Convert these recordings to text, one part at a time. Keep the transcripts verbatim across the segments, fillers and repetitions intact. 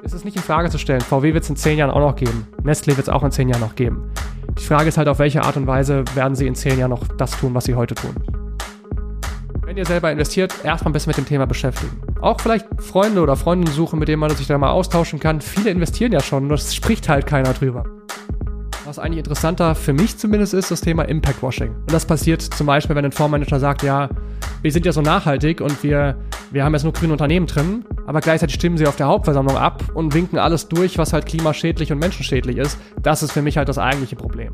ist es nicht in Frage zu stellen. V W wird es in zehn Jahren auch noch geben. Nestlé wird es auch in zehn Jahren noch geben. Die Frage ist halt, auf welche Art und Weise werden sie in zehn Jahren noch das tun, was sie heute tun. Wenn ihr selber investiert, erstmal ein bisschen mit dem Thema beschäftigen. Auch vielleicht Freunde oder Freundinnen suchen, mit denen man sich da mal austauschen kann. Viele investieren ja schon, nur es spricht halt keiner drüber. Was eigentlich interessanter für mich zumindest ist, das Thema Impact Washing. Und das passiert zum Beispiel, wenn ein Fondsmanager sagt, ja, wir sind ja so nachhaltig und wir, wir haben jetzt nur grüne Unternehmen drin, aber gleichzeitig stimmen sie auf der Hauptversammlung ab und winken alles durch, was halt klimaschädlich und menschenschädlich ist. Das ist für mich halt das eigentliche Problem.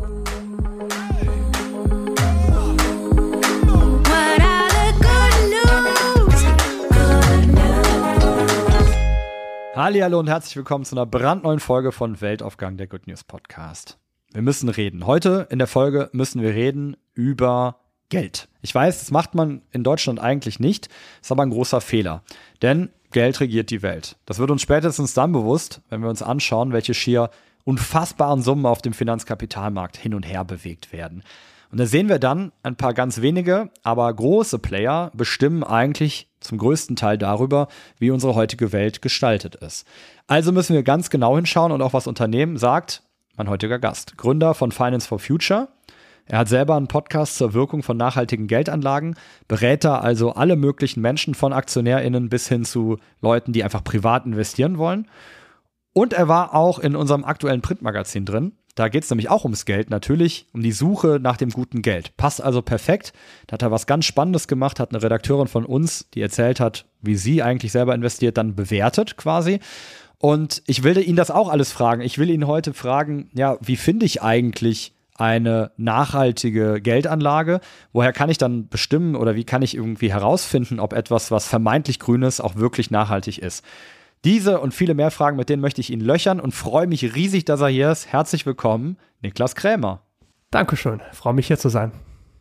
Hallihallo und herzlich willkommen zu einer brandneuen Folge von Weltaufgang, der Good News Podcast. Wir müssen reden. Heute in der Folge müssen wir reden über Geld. Ich weiß, das macht man in Deutschland eigentlich nicht, ist aber ein großer Fehler. Denn Geld regiert die Welt. Das wird uns spätestens dann bewusst, wenn wir uns anschauen, welche schier unfassbaren Summen auf dem Finanzkapitalmarkt hin und her bewegt werden. Und da sehen wir dann, ein paar ganz wenige, aber große Player bestimmen eigentlich zum größten Teil darüber, wie unsere heutige Welt gestaltet ist. Also müssen wir ganz genau hinschauen und auch was Unternehmen sagt mein heutiger Gast, Gründer von Finance for Future. Er hat selber einen Podcast zur Wirkung von nachhaltigen Geldanlagen, berät da also alle möglichen Menschen von AktionärInnen bis hin zu Leuten, die einfach privat investieren wollen. Und er war auch in unserem aktuellen Printmagazin drin. Da geht es nämlich auch ums Geld, natürlich um die Suche nach dem guten Geld. Passt also perfekt. Da hat er was ganz Spannendes gemacht, hat eine Redakteurin von uns, die erzählt hat, wie sie eigentlich selber investiert, dann bewertet quasi. Und ich will ihn das auch alles fragen. Ich will ihn heute fragen, ja, wie finde ich eigentlich eine nachhaltige Geldanlage? Woher kann ich dann bestimmen oder wie kann ich irgendwie herausfinden, ob etwas, was vermeintlich grün ist, auch wirklich nachhaltig ist? Diese und viele mehr Fragen, mit denen möchte ich ihn löchern und freue mich riesig, dass er hier ist. Herzlich willkommen, Niklas Krämer. Dankeschön, freue mich hier zu sein.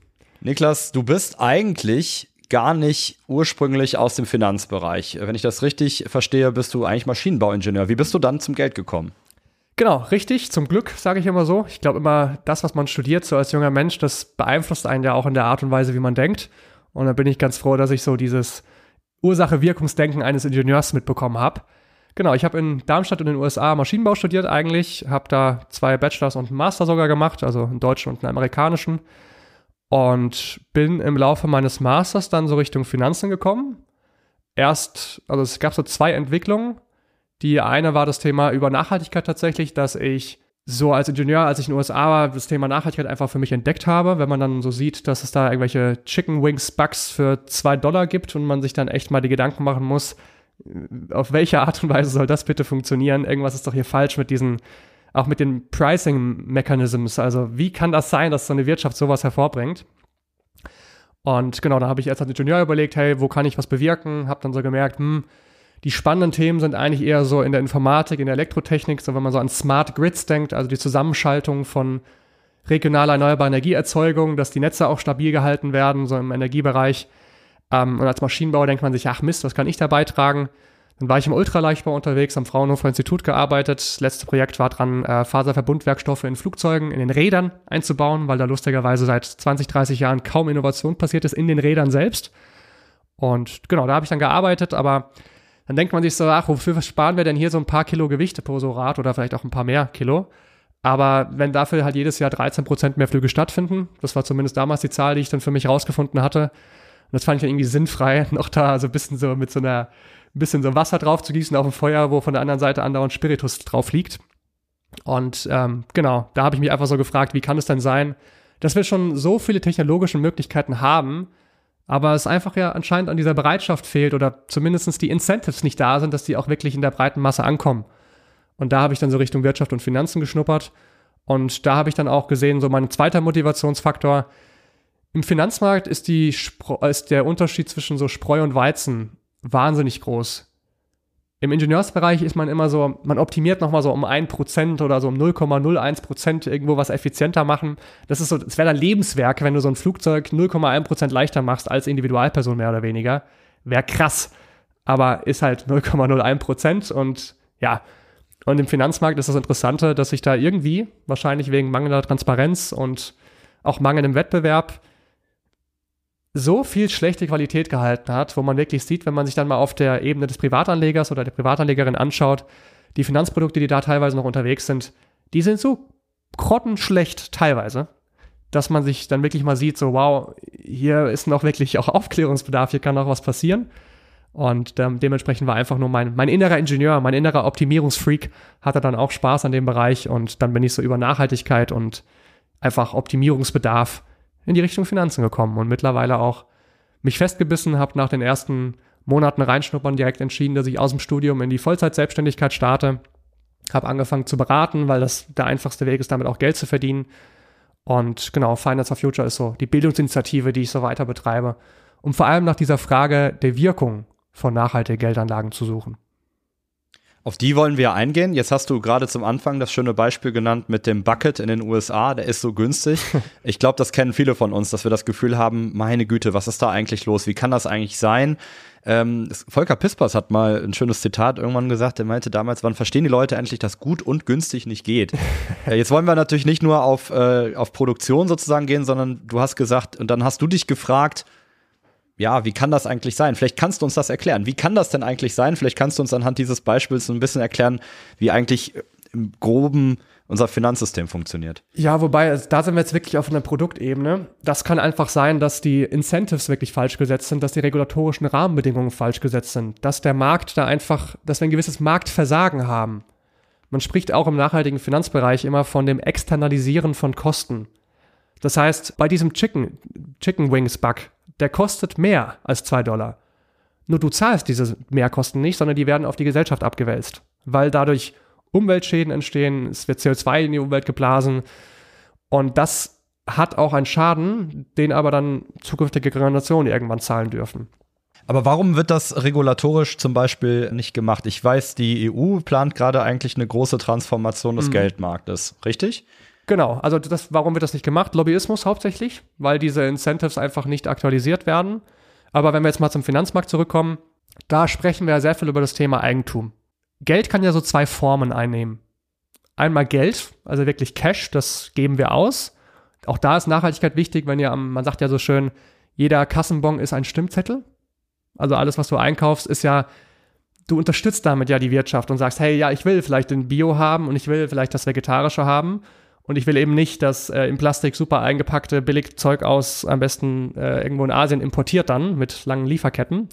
Niklas, du bist eigentlich gar nicht ursprünglich aus dem Finanzbereich. Wenn ich das richtig verstehe, bist du eigentlich Maschinenbauingenieur. Wie bist du dann zum Geld gekommen? Genau, richtig, zum Glück, sage ich immer so. Ich glaube immer, das, was man studiert, so als junger Mensch, das beeinflusst einen ja auch in der Art und Weise, wie man denkt. Und da bin ich ganz froh, dass ich so dieses Ursache-Wirkungsdenken eines Ingenieurs mitbekommen habe. Genau, ich habe in Darmstadt in den U S A Maschinenbau studiert eigentlich, habe da zwei Bachelors und einen Master sogar gemacht, also einen deutschen und einen amerikanischen, und bin im Laufe meines Masters dann so Richtung Finanzen gekommen. Erst, also es gab so zwei Entwicklungen. Die eine war das Thema über Nachhaltigkeit tatsächlich, dass ich so als Ingenieur, als ich in den U S A war, das Thema Nachhaltigkeit einfach für mich entdeckt habe, wenn man dann so sieht, dass es da irgendwelche Chicken Wings Bugs für zwei Dollar gibt und man sich dann echt mal die Gedanken machen muss, auf welche Art und Weise soll das bitte funktionieren? Irgendwas ist doch hier falsch mit diesen, auch mit den Pricing Mechanisms. Also wie kann das sein, dass so eine Wirtschaft sowas hervorbringt? Und genau, da habe ich erst als Ingenieur überlegt, hey, wo kann ich was bewirken? Habe dann so gemerkt, hm, die spannenden Themen sind eigentlich eher so in der Informatik, in der Elektrotechnik, so wenn man so an Smart Grids denkt, also die Zusammenschaltung von regionaler erneuerbarer Energieerzeugung, dass die Netze auch stabil gehalten werden, so im Energiebereich. Ähm, und als Maschinenbauer denkt man sich, ach Mist, was kann ich da beitragen? Dann war ich im Ultraleichtbau unterwegs, am Fraunhofer Institut gearbeitet. Das letzte Projekt war dran, äh, Faserverbundwerkstoffe in Flugzeugen, in den Rädern einzubauen, weil da lustigerweise seit zwanzig, dreißig Jahren kaum Innovation passiert ist in den Rädern selbst. Und genau, da habe ich dann gearbeitet, aber dann denkt man sich so, ach, wofür sparen wir denn hier so ein paar Kilo Gewichte pro so Rad oder vielleicht auch ein paar mehr Kilo? Aber wenn dafür halt jedes Jahr dreizehn Prozent mehr Flüge stattfinden, das war zumindest damals die Zahl, die ich dann für mich rausgefunden hatte, und das fand ich dann irgendwie sinnfrei, noch da so ein bisschen so mit so einer, ein bisschen so Wasser drauf zu gießen auf ein Feuer, wo von der anderen Seite andauernd Spiritus drauf liegt. Und ähm, genau, da habe ich mich einfach so gefragt, wie kann es denn sein, dass wir schon so viele technologische Möglichkeiten haben, aber es einfach ja anscheinend an dieser Bereitschaft fehlt oder zumindest die Incentives nicht da sind, dass die auch wirklich in der breiten Masse ankommen. Und da habe ich dann so Richtung Wirtschaft und Finanzen geschnuppert. Und da habe ich dann auch gesehen, so mein zweiter Motivationsfaktor, im Finanzmarkt ist, die Spro- ist der Unterschied zwischen so Spreu und Weizen wahnsinnig groß. Im Ingenieursbereich ist man immer so, man optimiert nochmal so um ein Prozent oder so um null Komma null eins Prozent irgendwo was effizienter machen. Das ist so, das wäre dann Lebenswerk, wenn du so ein Flugzeug null Komma eins Prozent leichter machst als Individualperson mehr oder weniger. Wäre krass, aber ist halt null Komma null eins Prozent und ja. Und im Finanzmarkt ist das Interessante, dass sich da irgendwie, wahrscheinlich wegen mangelnder Transparenz und auch mangelndem Wettbewerb, so viel schlechte Qualität gehalten hat, wo man wirklich sieht, wenn man sich dann mal auf der Ebene des Privatanlegers oder der Privatanlegerin anschaut, die Finanzprodukte, die da teilweise noch unterwegs sind, die sind so grottenschlecht teilweise, dass man sich dann wirklich mal sieht, so wow, hier ist noch wirklich auch Aufklärungsbedarf, hier kann noch was passieren. Und ähm, dementsprechend war einfach nur mein, mein innerer Ingenieur, mein innerer Optimierungsfreak, hatte dann auch Spaß an dem Bereich und dann bin ich so über Nachhaltigkeit und einfach Optimierungsbedarf in die Richtung Finanzen gekommen und mittlerweile auch mich festgebissen, habe nach den ersten Monaten reinschnuppern direkt entschieden, dass ich aus dem Studium in die Vollzeit-Selbstständigkeit starte, habe angefangen zu beraten, weil das der einfachste Weg ist, damit auch Geld zu verdienen. Und genau, Finance for Future ist so die Bildungsinitiative, die ich so weiter betreibe, um vor allem nach dieser Frage der Wirkung von nachhaltigen Geldanlagen zu suchen. Auf die wollen wir eingehen. Jetzt hast du gerade zum Anfang das schöne Beispiel genannt mit dem Bucket in den U S A. Der ist so günstig. Ich glaube, das kennen viele von uns, dass wir das Gefühl haben, meine Güte, was ist da eigentlich los? Wie kann das eigentlich sein? Ähm, Volker Pispers hat mal ein schönes Zitat irgendwann gesagt. Er meinte damals, wann verstehen die Leute endlich, dass gut und günstig nicht geht? äh, jetzt wollen wir natürlich nicht nur auf, äh, auf Produktion sozusagen gehen, sondern du hast gesagt, und dann hast du dich gefragt, ja, wie kann das eigentlich sein? Vielleicht kannst du uns das erklären. Wie kann das denn eigentlich sein? Vielleicht kannst du uns anhand dieses Beispiels so ein bisschen erklären, wie eigentlich im Groben unser Finanzsystem funktioniert. Ja, wobei, also da sind wir jetzt wirklich auf einer Produktebene. Das kann einfach sein, dass die Incentives wirklich falsch gesetzt sind, dass die regulatorischen Rahmenbedingungen falsch gesetzt sind, dass der Markt da einfach, dass wir ein gewisses Marktversagen haben. Man spricht auch im nachhaltigen Finanzbereich immer von dem Externalisieren von Kosten. Das heißt, bei diesem Chicken, Chicken Wings Bug, der kostet mehr als zwei Dollar. Nur du zahlst diese Mehrkosten nicht, sondern die werden auf die Gesellschaft abgewälzt, weil dadurch Umweltschäden entstehen, es wird C O zwei in die Umwelt geblasen und das hat auch einen Schaden, den aber dann zukünftige Generationen irgendwann zahlen dürfen. Aber warum wird das regulatorisch zum Beispiel nicht gemacht? Ich weiß, die E U plant gerade eigentlich eine große Transformation des mhm. Geldmarktes, richtig? Genau, also das, warum wird das nicht gemacht? Lobbyismus hauptsächlich, weil diese Incentives einfach nicht aktualisiert werden. Aber wenn wir jetzt mal zum Finanzmarkt zurückkommen, da sprechen wir ja sehr viel über das Thema Eigentum. Geld kann ja so zwei Formen einnehmen. Einmal Geld, also wirklich Cash, das geben wir aus. Auch da ist Nachhaltigkeit wichtig, wenn ihr am, man sagt ja so schön, jeder Kassenbon ist ein Stimmzettel. Also alles, was du einkaufst, ist ja, du unterstützt damit ja die Wirtschaft und sagst, hey, ja, ich will vielleicht den Bio haben und ich will vielleicht das Vegetarische haben. Und ich will eben nicht das äh, in Plastik super eingepackte Billigzeug aus, am besten äh, irgendwo in Asien importiert dann mit langen Lieferketten.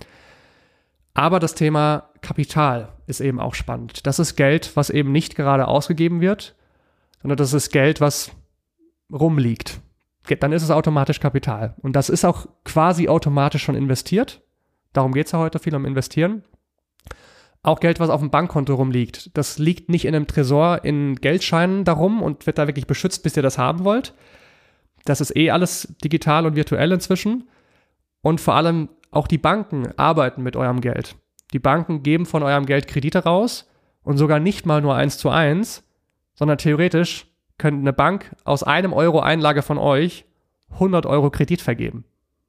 Aber das Thema Kapital ist eben auch spannend. Das ist Geld, was eben nicht gerade ausgegeben wird, sondern das ist Geld, was rumliegt. Dann ist es automatisch Kapital. Und das ist auch quasi automatisch schon investiert. Darum geht es ja heute viel um Investieren. Auch Geld, was auf dem Bankkonto rumliegt, das liegt nicht in einem Tresor in Geldscheinen darum und wird da wirklich beschützt, bis ihr das haben wollt. Das ist eh alles digital und virtuell inzwischen. Und vor allem auch die Banken arbeiten mit eurem Geld. Die Banken geben von eurem Geld Kredite raus und sogar nicht mal nur eins zu eins, sondern theoretisch könnte eine Bank aus einem Euro Einlage von euch hundert Euro Kredit vergeben.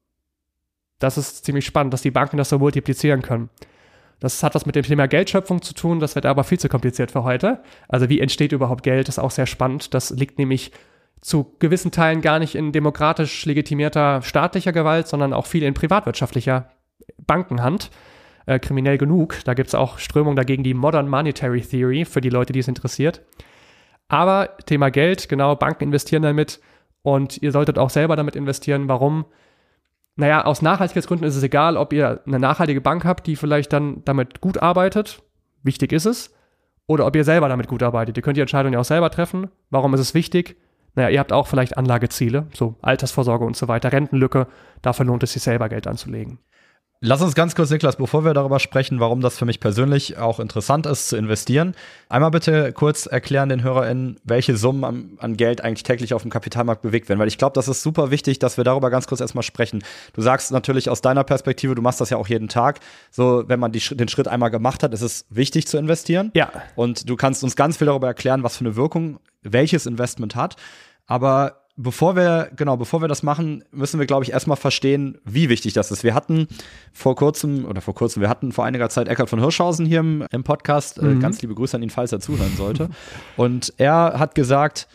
Das ist ziemlich spannend, dass die Banken das so multiplizieren können. Das hat was mit dem Thema Geldschöpfung zu tun, das wird aber viel zu kompliziert für heute. Also wie entsteht überhaupt Geld, ist auch sehr spannend. Das liegt nämlich zu gewissen Teilen gar nicht in demokratisch legitimierter staatlicher Gewalt, sondern auch viel in privatwirtschaftlicher Bankenhand. Äh, kriminell genug. Da gibt es auch Strömungen dagegen, die Modern Monetary Theory, für die Leute, die es interessiert. Aber Thema Geld, genau, Banken investieren damit und ihr solltet auch selber damit investieren. Warum? Naja, aus Nachhaltigkeitsgründen ist es egal, ob ihr eine nachhaltige Bank habt, die vielleicht dann damit gut arbeitet, wichtig ist es, oder ob ihr selber damit gut arbeitet. Ihr könnt die Entscheidung ja auch selber treffen. Warum ist es wichtig? Naja, ihr habt auch vielleicht Anlageziele, so Altersvorsorge und so weiter, Rentenlücke, dafür lohnt es sich selber Geld anzulegen. Lass uns ganz kurz, Niklas, bevor wir darüber sprechen, warum das für mich persönlich auch interessant ist, zu investieren, einmal bitte kurz erklären den HörerInnen, welche Summen an, an Geld eigentlich täglich auf dem Kapitalmarkt bewegt werden. Weil ich glaube, das ist super wichtig, dass wir darüber ganz kurz erstmal sprechen. Du sagst natürlich aus deiner Perspektive, du machst das ja auch jeden Tag. So, wenn man die, den Schritt einmal gemacht hat, ist es wichtig zu investieren. Ja. Und du kannst uns ganz viel darüber erklären, was für eine Wirkung welches Investment hat. Aber Bevor wir, genau, bevor wir das machen, müssen wir, glaube ich, erstmal verstehen, wie wichtig das ist. Wir hatten vor kurzem, oder vor kurzem, wir hatten vor einiger Zeit Eckhard von Hirschhausen hier im, im Podcast. Mhm. Äh, ganz liebe Grüße an ihn, falls er zuhören sollte. Und er hat gesagt,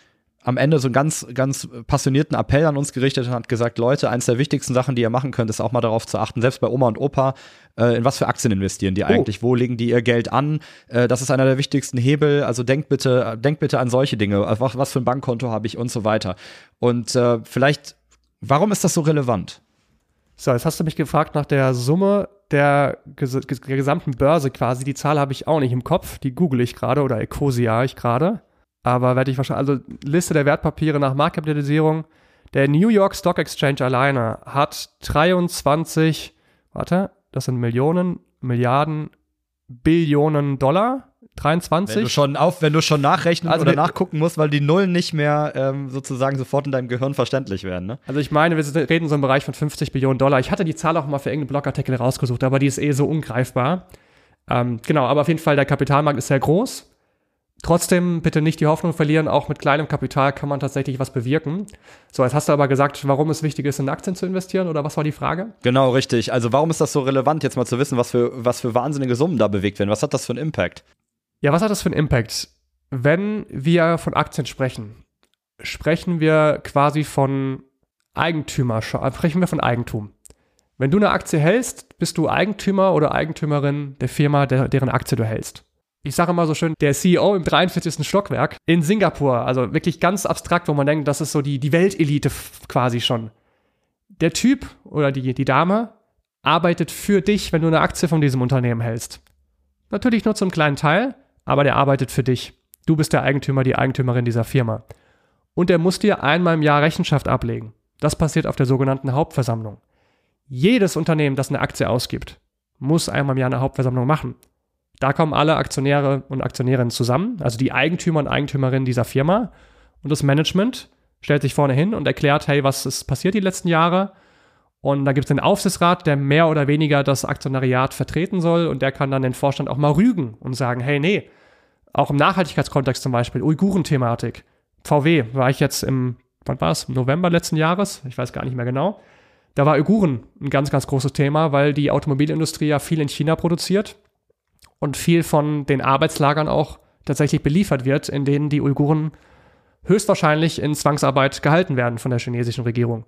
am Ende so einen ganz, ganz passionierten Appell an uns gerichtet und hat gesagt, Leute, eins der wichtigsten Sachen, die ihr machen könnt, ist auch mal darauf zu achten, selbst bei Oma und Opa, äh, in was für Aktien investieren die eigentlich, oh. wo legen die ihr Geld an, äh, das ist einer der wichtigsten Hebel, also denkt bitte, denkt bitte an solche Dinge, was, was für ein Bankkonto habe ich und so weiter. Und äh, vielleicht, warum ist das so relevant? So, jetzt hast du mich gefragt nach der Summe der, ges- der gesamten Börse quasi. Die Zahl habe ich auch nicht im Kopf, die google ich gerade oder Ecosia ich gerade. Aber werde ich wahrscheinlich, also Liste der Wertpapiere nach Marktkapitalisierung. Der New York Stock Exchange alleine hat dreiundzwanzig, warte, das sind Millionen, Milliarden, Billionen Dollar. dreiundzwanzig. Wenn du schon, auf, wenn du schon nachrechnen also oder der, nachgucken musst, weil die Nullen nicht mehr ähm, sozusagen sofort in deinem Gehirn verständlich werden. Ne? Also ich meine, wir reden so im Bereich von fünfzig Billionen Dollar. Ich hatte die Zahl auch mal für irgendeinen Blogartikel rausgesucht, aber die ist eh so ungreifbar. Ähm, genau, aber auf jeden Fall, der Kapitalmarkt ist sehr groß. Trotzdem bitte nicht die Hoffnung verlieren, auch mit kleinem Kapital kann man tatsächlich was bewirken. So, jetzt hast du aber gesagt, warum es wichtig ist, in Aktien zu investieren, oder was war die Frage? Genau, richtig. Also warum ist das so relevant, jetzt mal zu wissen, was für, was für wahnsinnige Summen da bewegt werden? Was hat das für einen Impact? Ja, was hat das für einen Impact? Wenn wir von Aktien sprechen, sprechen wir quasi von Eigentümer, sprechen wir von Eigentum. Wenn du eine Aktie hältst, bist du Eigentümer oder Eigentümerin der Firma, der, deren Aktie du hältst. Ich sage immer so schön, der C E O im dreiundvierzigsten Stockwerk in Singapur, also wirklich ganz abstrakt, wo man denkt, das ist so die, die Weltelite quasi schon. Der Typ oder die, die Dame arbeitet für dich, wenn du eine Aktie von diesem Unternehmen hältst. Natürlich nur zum kleinen Teil, aber der arbeitet für dich. Du bist der Eigentümer, die Eigentümerin dieser Firma. Und der muss dir einmal im Jahr Rechenschaft ablegen. Das passiert auf der sogenannten Hauptversammlung. Jedes Unternehmen, das eine Aktie ausgibt, muss einmal im Jahr eine Hauptversammlung machen. Da kommen alle Aktionäre und Aktionärinnen zusammen, also die Eigentümer und Eigentümerinnen dieser Firma. Und das Management stellt sich vorne hin und erklärt, hey, was ist passiert die letzten Jahre? Und da gibt es den Aufsichtsrat, der mehr oder weniger das Aktionariat vertreten soll. Und der kann dann den Vorstand auch mal rügen und sagen, hey, nee, auch im Nachhaltigkeitskontext zum Beispiel, Uiguren-Thematik. V W war ich jetzt im, wann war es, im November letzten Jahres? Ich weiß gar nicht mehr genau. Da war Uiguren ein ganz, ganz großes Thema, weil die Automobilindustrie ja viel in China produziert und viel von den Arbeitslagern auch tatsächlich beliefert wird, in denen die Uiguren höchstwahrscheinlich in Zwangsarbeit gehalten werden von der chinesischen Regierung.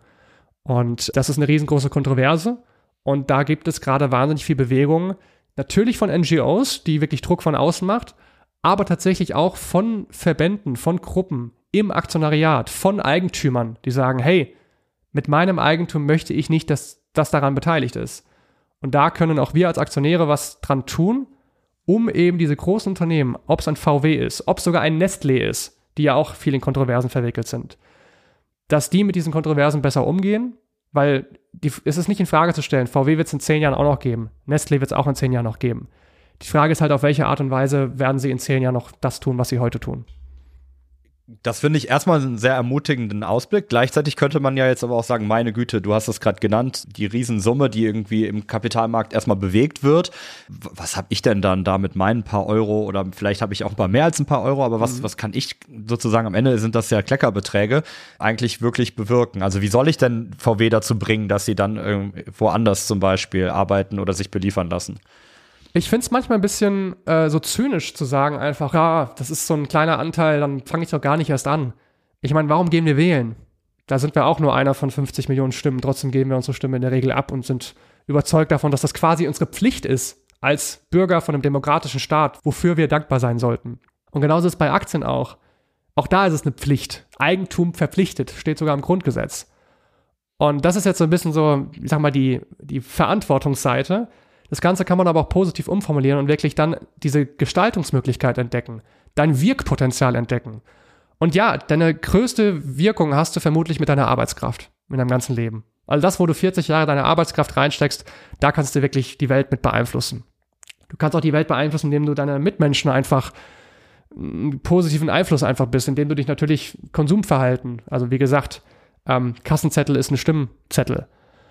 Und das ist eine riesengroße Kontroverse. Und da gibt es gerade wahnsinnig viel Bewegung. Natürlich von N G Os, die wirklich Druck von außen macht, aber tatsächlich auch von Verbänden, von Gruppen im Aktionariat, von Eigentümern, die sagen, hey, mit meinem Eigentum möchte ich nicht, dass das daran beteiligt ist. Und da können auch wir als Aktionäre was dran tun, um eben diese großen Unternehmen, ob es ein V W ist, ob es sogar ein Nestlé ist, die ja auch viel in Kontroversen verwickelt sind, dass die mit diesen Kontroversen besser umgehen, weil die, es ist nicht in Frage zu stellen, V W wird es in zehn Jahren auch noch geben, Nestlé wird es auch in zehn Jahren noch geben. Die Frage ist halt, auf welche Art und Weise werden sie in zehn Jahren noch das tun, was sie heute tun. Das finde ich erstmal einen sehr ermutigenden Ausblick. Gleichzeitig könnte man ja jetzt aber auch sagen, meine Güte, du hast es gerade genannt, die Riesensumme, die irgendwie im Kapitalmarkt erstmal bewegt wird. Was habe ich denn dann da mit meinen paar Euro oder vielleicht habe ich auch ein paar mehr als ein paar Euro, aber was, mhm. was kann ich sozusagen, am Ende sind das ja Kleckerbeträge, eigentlich wirklich bewirken? Also wie soll ich denn V W dazu bringen, dass sie dann äh, woanders zum Beispiel arbeiten oder sich beliefern lassen? Ich finde es manchmal ein bisschen äh, so zynisch zu sagen einfach, ja, das ist so ein kleiner Anteil, dann fange ich doch gar nicht erst an. Ich meine, warum gehen wir wählen? Da sind wir auch nur einer von fünfzig Millionen Stimmen. Trotzdem geben wir unsere Stimme in der Regel ab und sind überzeugt davon, dass das quasi unsere Pflicht ist als Bürger von einem demokratischen Staat, wofür wir dankbar sein sollten. Und genauso ist es bei Aktien auch. Auch da ist es eine Pflicht. Eigentum verpflichtet, steht sogar im Grundgesetz. Und das ist jetzt so ein bisschen so, ich sag mal, die, die Verantwortungsseite. Das Ganze kann man aber auch positiv umformulieren und wirklich dann diese Gestaltungsmöglichkeit entdecken, dein Wirkpotenzial entdecken. Und ja, deine größte Wirkung hast du vermutlich mit deiner Arbeitskraft in deinem ganzen Leben. Also das, wo du vierzig Jahre deine Arbeitskraft reinsteckst, da kannst du wirklich die Welt mit beeinflussen. Du kannst auch die Welt beeinflussen, indem du deine Mitmenschen einfach einen positiven Einfluss einfach bist, indem du dich natürlich Konsumverhalten, also wie gesagt, ähm, Kassenzettel ist ein Stimmzettel.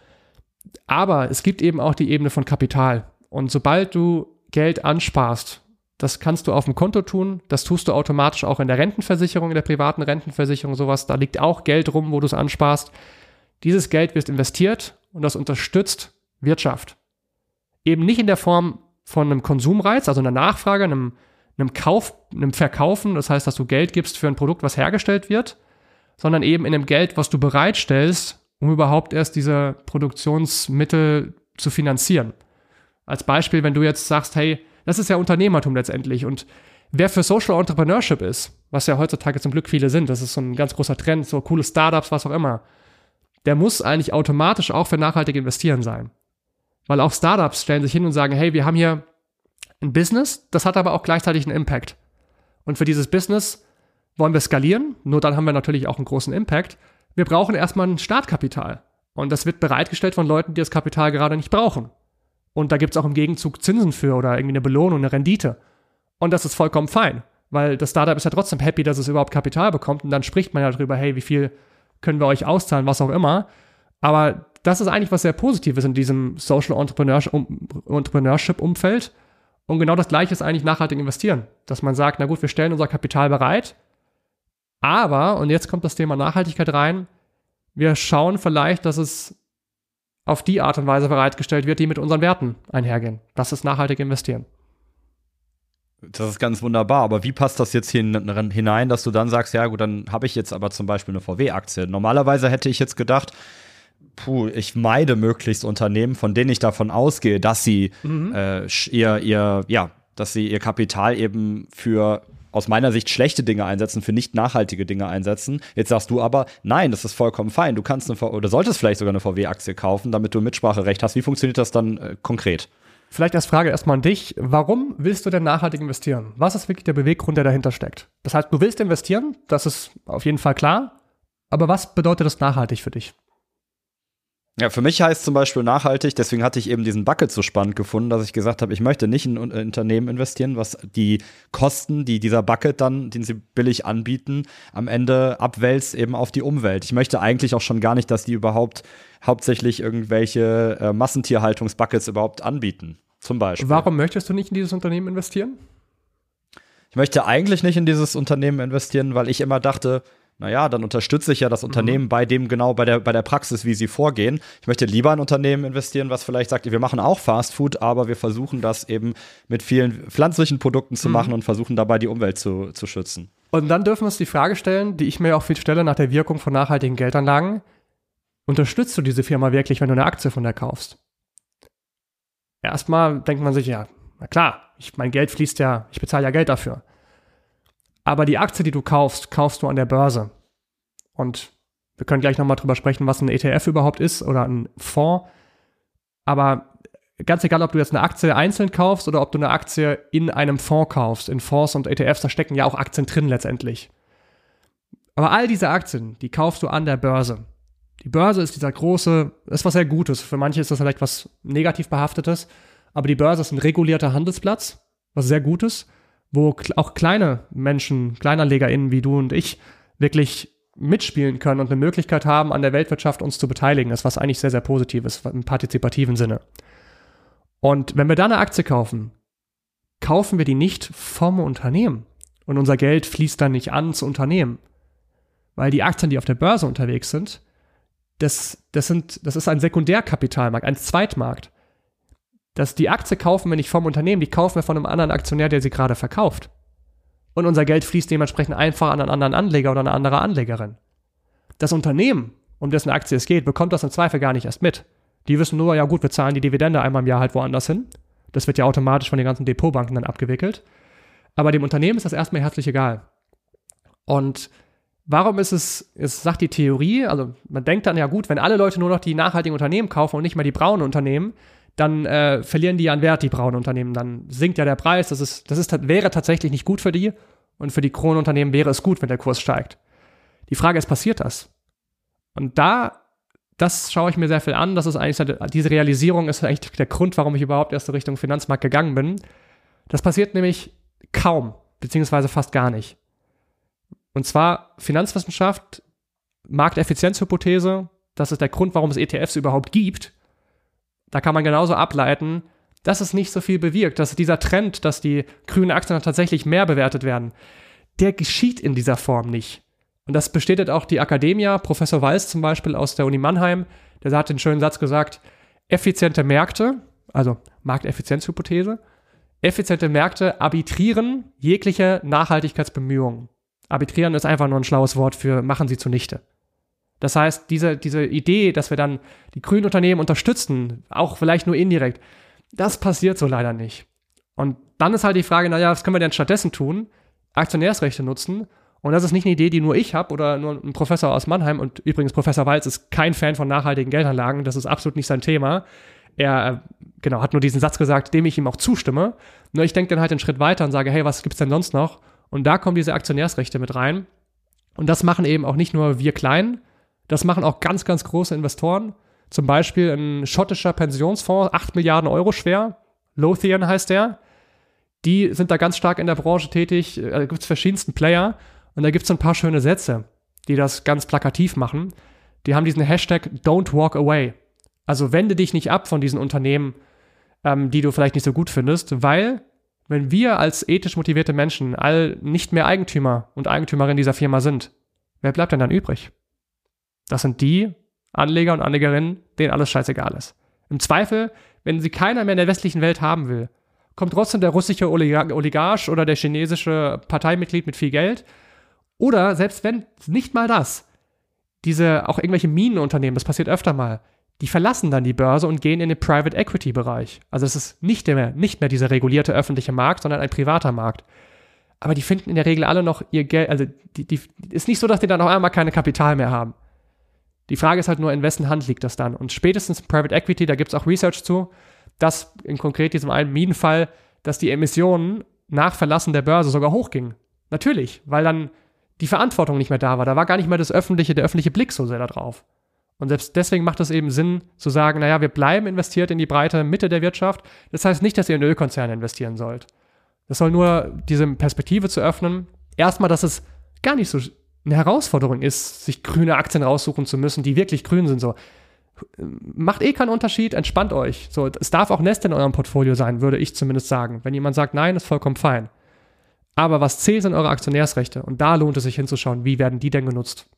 Aber es gibt eben auch die Ebene von Kapital. Und sobald du Geld ansparst, das kannst du auf dem Konto tun, das tust du automatisch auch in der Rentenversicherung, in der privaten Rentenversicherung, sowas. Da liegt auch Geld rum, wo du es ansparst. Dieses Geld wird investiert und das unterstützt Wirtschaft. Eben nicht in der Form von einem Konsumreiz, also einer Nachfrage, einem, einem Kauf, einem Verkaufen. Das heißt, dass du Geld gibst für ein Produkt, was hergestellt wird, sondern eben in dem Geld, was du bereitstellst, um überhaupt erst diese Produktionsmittel zu finanzieren. Als Beispiel, wenn du jetzt sagst, hey, das ist ja Unternehmertum letztendlich und wer für Social Entrepreneurship ist, was ja heutzutage zum Glück viele sind, das ist so ein ganz großer Trend, so coole Startups, was auch immer, der muss eigentlich automatisch auch für nachhaltig investieren sein. Weil auch Startups stellen sich hin und sagen, hey, wir haben hier ein Business, das hat aber auch gleichzeitig einen Impact. Und für dieses Business wollen wir skalieren, nur dann haben wir natürlich auch einen großen Impact. Wir brauchen erstmal ein Startkapital. Und das wird bereitgestellt von Leuten, die das Kapital gerade nicht brauchen. Und da gibt es auch im Gegenzug Zinsen für oder irgendwie eine Belohnung, eine Rendite. Und das ist vollkommen fein, weil das Startup ist ja trotzdem happy, dass es überhaupt Kapital bekommt. Und dann spricht man ja darüber, hey, wie viel können wir euch auszahlen, was auch immer. Aber das ist eigentlich was sehr Positives in diesem Social Entrepreneurship-Umfeld. Und genau das Gleiche ist eigentlich nachhaltig investieren. Dass man sagt, na gut, wir stellen unser Kapital bereit, aber, und jetzt kommt das Thema Nachhaltigkeit rein, wir schauen vielleicht, dass es auf die Art und Weise bereitgestellt wird, die mit unseren Werten einhergehen. Das ist nachhaltig investieren. Das ist ganz wunderbar, aber wie passt das jetzt hin, hinein, dass du dann sagst, ja gut, dann habe ich jetzt aber zum Beispiel eine V W-Aktie. Normalerweise hätte ich jetzt gedacht, puh, ich meide möglichst Unternehmen, von denen ich davon ausgehe, dass sie mhm. äh, ihr, ihr, ja, dass sie ihr Kapital eben für aus meiner Sicht schlechte Dinge einsetzen, für nicht nachhaltige Dinge einsetzen. Jetzt sagst du aber, nein, das ist vollkommen fein. Du kannst eine V- oder solltest vielleicht sogar eine V W-Aktie kaufen, damit du Mitspracherecht hast. Wie funktioniert das dann äh, konkret? Vielleicht als Frage erstmal an dich. Warum willst du denn nachhaltig investieren? Was ist wirklich der Beweggrund, der dahinter steckt? Das heißt, du willst investieren, das ist auf jeden Fall klar. Aber was bedeutet das nachhaltig für dich? Ja, für mich heißt zum Beispiel nachhaltig, deswegen hatte ich eben diesen Bucket so spannend gefunden, dass ich gesagt habe, ich möchte nicht in ein Unternehmen investieren, was die Kosten, die dieser Bucket dann, den sie billig anbieten, am Ende abwälzt eben auf die Umwelt. Ich möchte eigentlich auch schon gar nicht, dass die überhaupt hauptsächlich irgendwelche äh, Massentierhaltungsbuckets überhaupt anbieten, zum Beispiel. Warum möchtest du nicht in dieses Unternehmen investieren? Ich möchte eigentlich nicht in dieses Unternehmen investieren, weil ich immer dachte, naja, dann unterstütze ich ja das Unternehmen mhm. bei dem genau, bei der, bei der Praxis, wie sie vorgehen. Ich möchte lieber in ein Unternehmen investieren, was vielleicht sagt, wir machen auch Fast Food, aber wir versuchen das eben mit vielen pflanzlichen Produkten zu mhm. machen und versuchen dabei die Umwelt zu, zu schützen. Und dann dürfen wir uns die Frage stellen, die ich mir auch viel stelle nach der Wirkung von nachhaltigen Geldanlagen. Unterstützt du diese Firma wirklich, wenn du eine Aktie von der kaufst? Erstmal denkt man sich, ja, na klar, ich, mein Geld fließt ja, ich bezahle ja Geld dafür. Aber die Aktie, die du kaufst, kaufst du an der Börse. Und wir können gleich nochmal drüber sprechen, was ein E T F überhaupt ist oder ein Fonds. Aber ganz egal, ob du jetzt eine Aktie einzeln kaufst oder ob du eine Aktie in einem Fonds kaufst. In Fonds und E T Fs, da stecken ja auch Aktien drin letztendlich. Aber all diese Aktien, die kaufst du an der Börse. Die Börse ist dieser große, ist was sehr Gutes. Für manche ist das vielleicht was negativ behaftetes. Aber die Börse ist ein regulierter Handelsplatz, was sehr Gutes, wo auch kleine Menschen, KleinerlegerInnen wie du und ich wirklich mitspielen können und eine Möglichkeit haben, an der Weltwirtschaft uns zu beteiligen. Das ist was eigentlich sehr, sehr Positives im partizipativen Sinne. Und wenn wir da eine Aktie kaufen, kaufen wir die nicht vom Unternehmen. Und unser Geld fließt dann nicht ans Unternehmen. Weil die Aktien, die auf der Börse unterwegs sind, das, das, sind, das ist ein Sekundärkapitalmarkt, ein Zweitmarkt. Dass die Aktie kaufen wir nicht vom Unternehmen, die kaufen wir von einem anderen Aktionär, der sie gerade verkauft. Und unser Geld fließt dementsprechend einfach an einen anderen Anleger oder eine andere Anlegerin. Das Unternehmen, um dessen Aktie es geht, bekommt das im Zweifel gar nicht erst mit. Die wissen nur, ja gut, wir zahlen die Dividende einmal im Jahr halt woanders hin. Das wird ja automatisch von den ganzen Depotbanken dann abgewickelt. Aber dem Unternehmen ist das erstmal herzlich egal. Und warum ist es, es sagt die Theorie, also man denkt dann, ja gut, wenn alle Leute nur noch die nachhaltigen Unternehmen kaufen und nicht mehr die braunen Unternehmen, dann äh, verlieren die ja an Wert, die braunen Unternehmen. Dann sinkt ja der Preis. Das ist, das ist, wäre tatsächlich nicht gut für die. Und für die Kronenunternehmen wäre es gut, wenn der Kurs steigt. Die Frage ist, passiert das? Und da, das schaue ich mir sehr viel an. Das ist eigentlich, diese Realisierung ist eigentlich der Grund, warum ich überhaupt erst in Richtung Finanzmarkt gegangen bin. Das passiert nämlich kaum, beziehungsweise fast gar nicht. Und zwar Finanzwissenschaft, Markteffizienzhypothese. Das ist der Grund, warum es E T Fs überhaupt gibt. Da kann man genauso ableiten, dass es nicht so viel bewirkt, dass dieser Trend, dass die grünen Aktien dann tatsächlich mehr bewertet werden, der geschieht in dieser Form nicht. Und das bestätigt auch die Academia, Professor Walz zum Beispiel aus der Uni Mannheim, der hat den schönen Satz gesagt, effiziente Märkte, also Markteffizienzhypothese, effiziente Märkte arbitrieren jegliche Nachhaltigkeitsbemühungen. Arbitrieren ist einfach nur ein schlaues Wort für machen sie zunichte. Das heißt, diese, diese Idee, dass wir dann die grünen Unternehmen unterstützen, auch vielleicht nur indirekt, das passiert so leider nicht. Und dann ist halt die Frage, naja, was können wir denn stattdessen tun? Aktionärsrechte nutzen. Und das ist nicht eine Idee, die nur ich habe oder nur ein Professor aus Mannheim. Und übrigens, Professor Walz ist kein Fan von nachhaltigen Geldanlagen. Das ist absolut nicht sein Thema. Er genau, hat nur diesen Satz gesagt, dem ich ihm auch zustimme. Nur ich denke dann halt einen Schritt weiter und sage, hey, was gibt's denn sonst noch? Und da kommen diese Aktionärsrechte mit rein. Und das machen eben auch nicht nur wir Kleinen, das machen auch ganz, ganz große Investoren. Zum Beispiel ein schottischer Pensionsfonds, acht Milliarden Euro schwer. Lothian heißt der. Die sind da ganz stark in der Branche tätig. Da gibt es verschiedensten Player. Und da gibt es ein paar schöne Sätze, die das ganz plakativ machen. Die haben diesen Hashtag Don't Walk Away. Also wende dich nicht ab von diesen Unternehmen, ähm, die du vielleicht nicht so gut findest, weil wenn wir als ethisch motivierte Menschen all nicht mehr Eigentümer und Eigentümerin dieser Firma sind, wer bleibt denn dann übrig? Das sind die Anleger und Anlegerinnen, denen alles scheißegal ist. Im Zweifel, wenn sie keiner mehr in der westlichen Welt haben will, kommt trotzdem der russische Oligar- Oligarch oder der chinesische Parteimitglied mit viel Geld. Oder selbst wenn nicht mal das, diese auch irgendwelche Minenunternehmen, das passiert öfter mal, die verlassen dann die Börse und gehen in den Private Equity Bereich. Also es ist nicht mehr, nicht mehr dieser regulierte öffentliche Markt, sondern ein privater Markt. Aber die finden in der Regel alle noch ihr Geld, also die, die ist nicht so, dass die dann auf einmal keine Kapital mehr haben. Die Frage ist halt nur, in wessen Hand liegt das dann? Und spätestens Private Equity, da gibt es auch Research zu, dass in konkret diesem einen Minenfall, dass die Emissionen nach Verlassen der Börse sogar hochgingen. Natürlich, weil dann die Verantwortung nicht mehr da war. Da war gar nicht mehr das öffentliche, der öffentliche Blick so sehr da drauf. Und selbst deswegen macht es eben Sinn zu sagen, naja, wir bleiben investiert in die breite Mitte der Wirtschaft. Das heißt nicht, dass ihr in Ölkonzerne investieren sollt. Das soll nur diese Perspektive zu öffnen. Erstmal, dass es gar nicht so eine Herausforderung ist, sich grüne Aktien raussuchen zu müssen, die wirklich grün sind. So, macht eh keinen Unterschied, entspannt euch. So, es darf auch Nest in eurem Portfolio sein, würde ich zumindest sagen. Wenn jemand sagt, nein, ist vollkommen fein. Aber was zählt, sind eure Aktionärsrechte. Und da lohnt es sich hinzuschauen, wie werden die denn genutzt.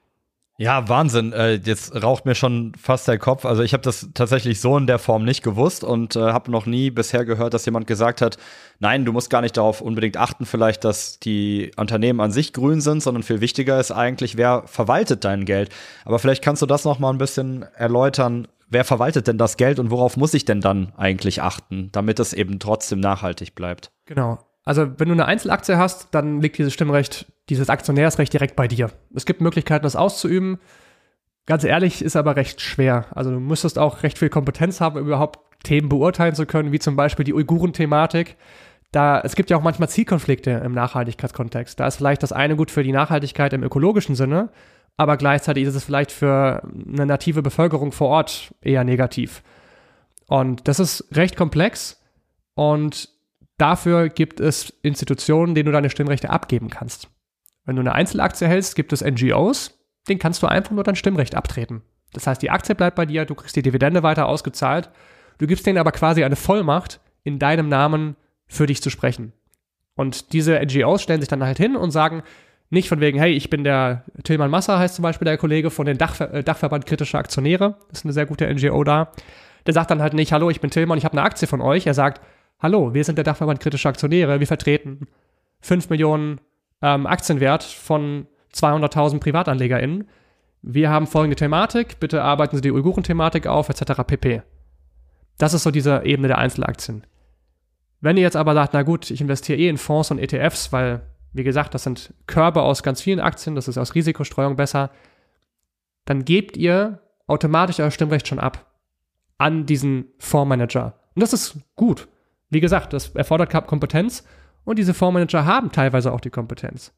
Ja, Wahnsinn. Äh, jetzt raucht mir schon fast der Kopf. Also ich habe das tatsächlich so in der Form nicht gewusst und äh, habe noch nie bisher gehört, dass jemand gesagt hat, nein, du musst gar nicht darauf unbedingt achten, vielleicht, dass die Unternehmen an sich grün sind, sondern viel wichtiger ist eigentlich, wer verwaltet dein Geld. Aber vielleicht kannst du das noch mal ein bisschen erläutern. Wer verwaltet denn das Geld und worauf muss ich denn dann eigentlich achten, damit es eben trotzdem nachhaltig bleibt? Genau. Also wenn du eine Einzelaktie hast, dann liegt dieses Stimmrecht, dieses Aktionärsrecht direkt bei dir. Es gibt Möglichkeiten, das auszuüben. Ganz ehrlich, ist aber recht schwer. Also du müsstest auch recht viel Kompetenz haben, um überhaupt Themen beurteilen zu können, wie zum Beispiel die Uiguren-Thematik. Da, es gibt ja auch manchmal Zielkonflikte im Nachhaltigkeitskontext. Da ist vielleicht das eine gut für die Nachhaltigkeit im ökologischen Sinne, aber gleichzeitig ist es vielleicht für eine native Bevölkerung vor Ort eher negativ. Und das ist recht komplex und dafür gibt es Institutionen, denen du deine Stimmrechte abgeben kannst. Wenn du eine Einzelaktie hältst, gibt es N G Os, denen kannst du einfach nur dein Stimmrecht abtreten. Das heißt, die Aktie bleibt bei dir, du kriegst die Dividende weiter ausgezahlt, du gibst denen aber quasi eine Vollmacht, in deinem Namen für dich zu sprechen. Und diese N G Os stellen sich dann halt hin und sagen, nicht von wegen, hey, ich bin der Tilman Massa, heißt zum Beispiel der Kollege von den Dachver- äh, Dachverband kritischer Aktionäre, das ist eine sehr gute N G O da, der sagt dann halt nicht, hallo, ich bin Tilman, ich habe eine Aktie von euch, er sagt, hallo, wir sind der Dachverband kritischer Aktionäre, wir vertreten fünf Millionen ähm, Aktienwert von zweihunderttausend PrivatanlegerInnen. Wir haben folgende Thematik, bitte arbeiten Sie die Uiguren-Thematik auf, et cetera pp. Das ist so diese Ebene der Einzelaktien. Wenn ihr jetzt aber sagt, na gut, ich investiere eh in Fonds und E T Fs, weil, wie gesagt, das sind Körbe aus ganz vielen Aktien, das ist aus Risikostreuung besser, dann gebt ihr automatisch euer Stimmrecht schon ab an diesen Fondsmanager. Und das ist gut. Wie gesagt, das erfordert Kompetenz und diese Fondsmanager haben teilweise auch die Kompetenz.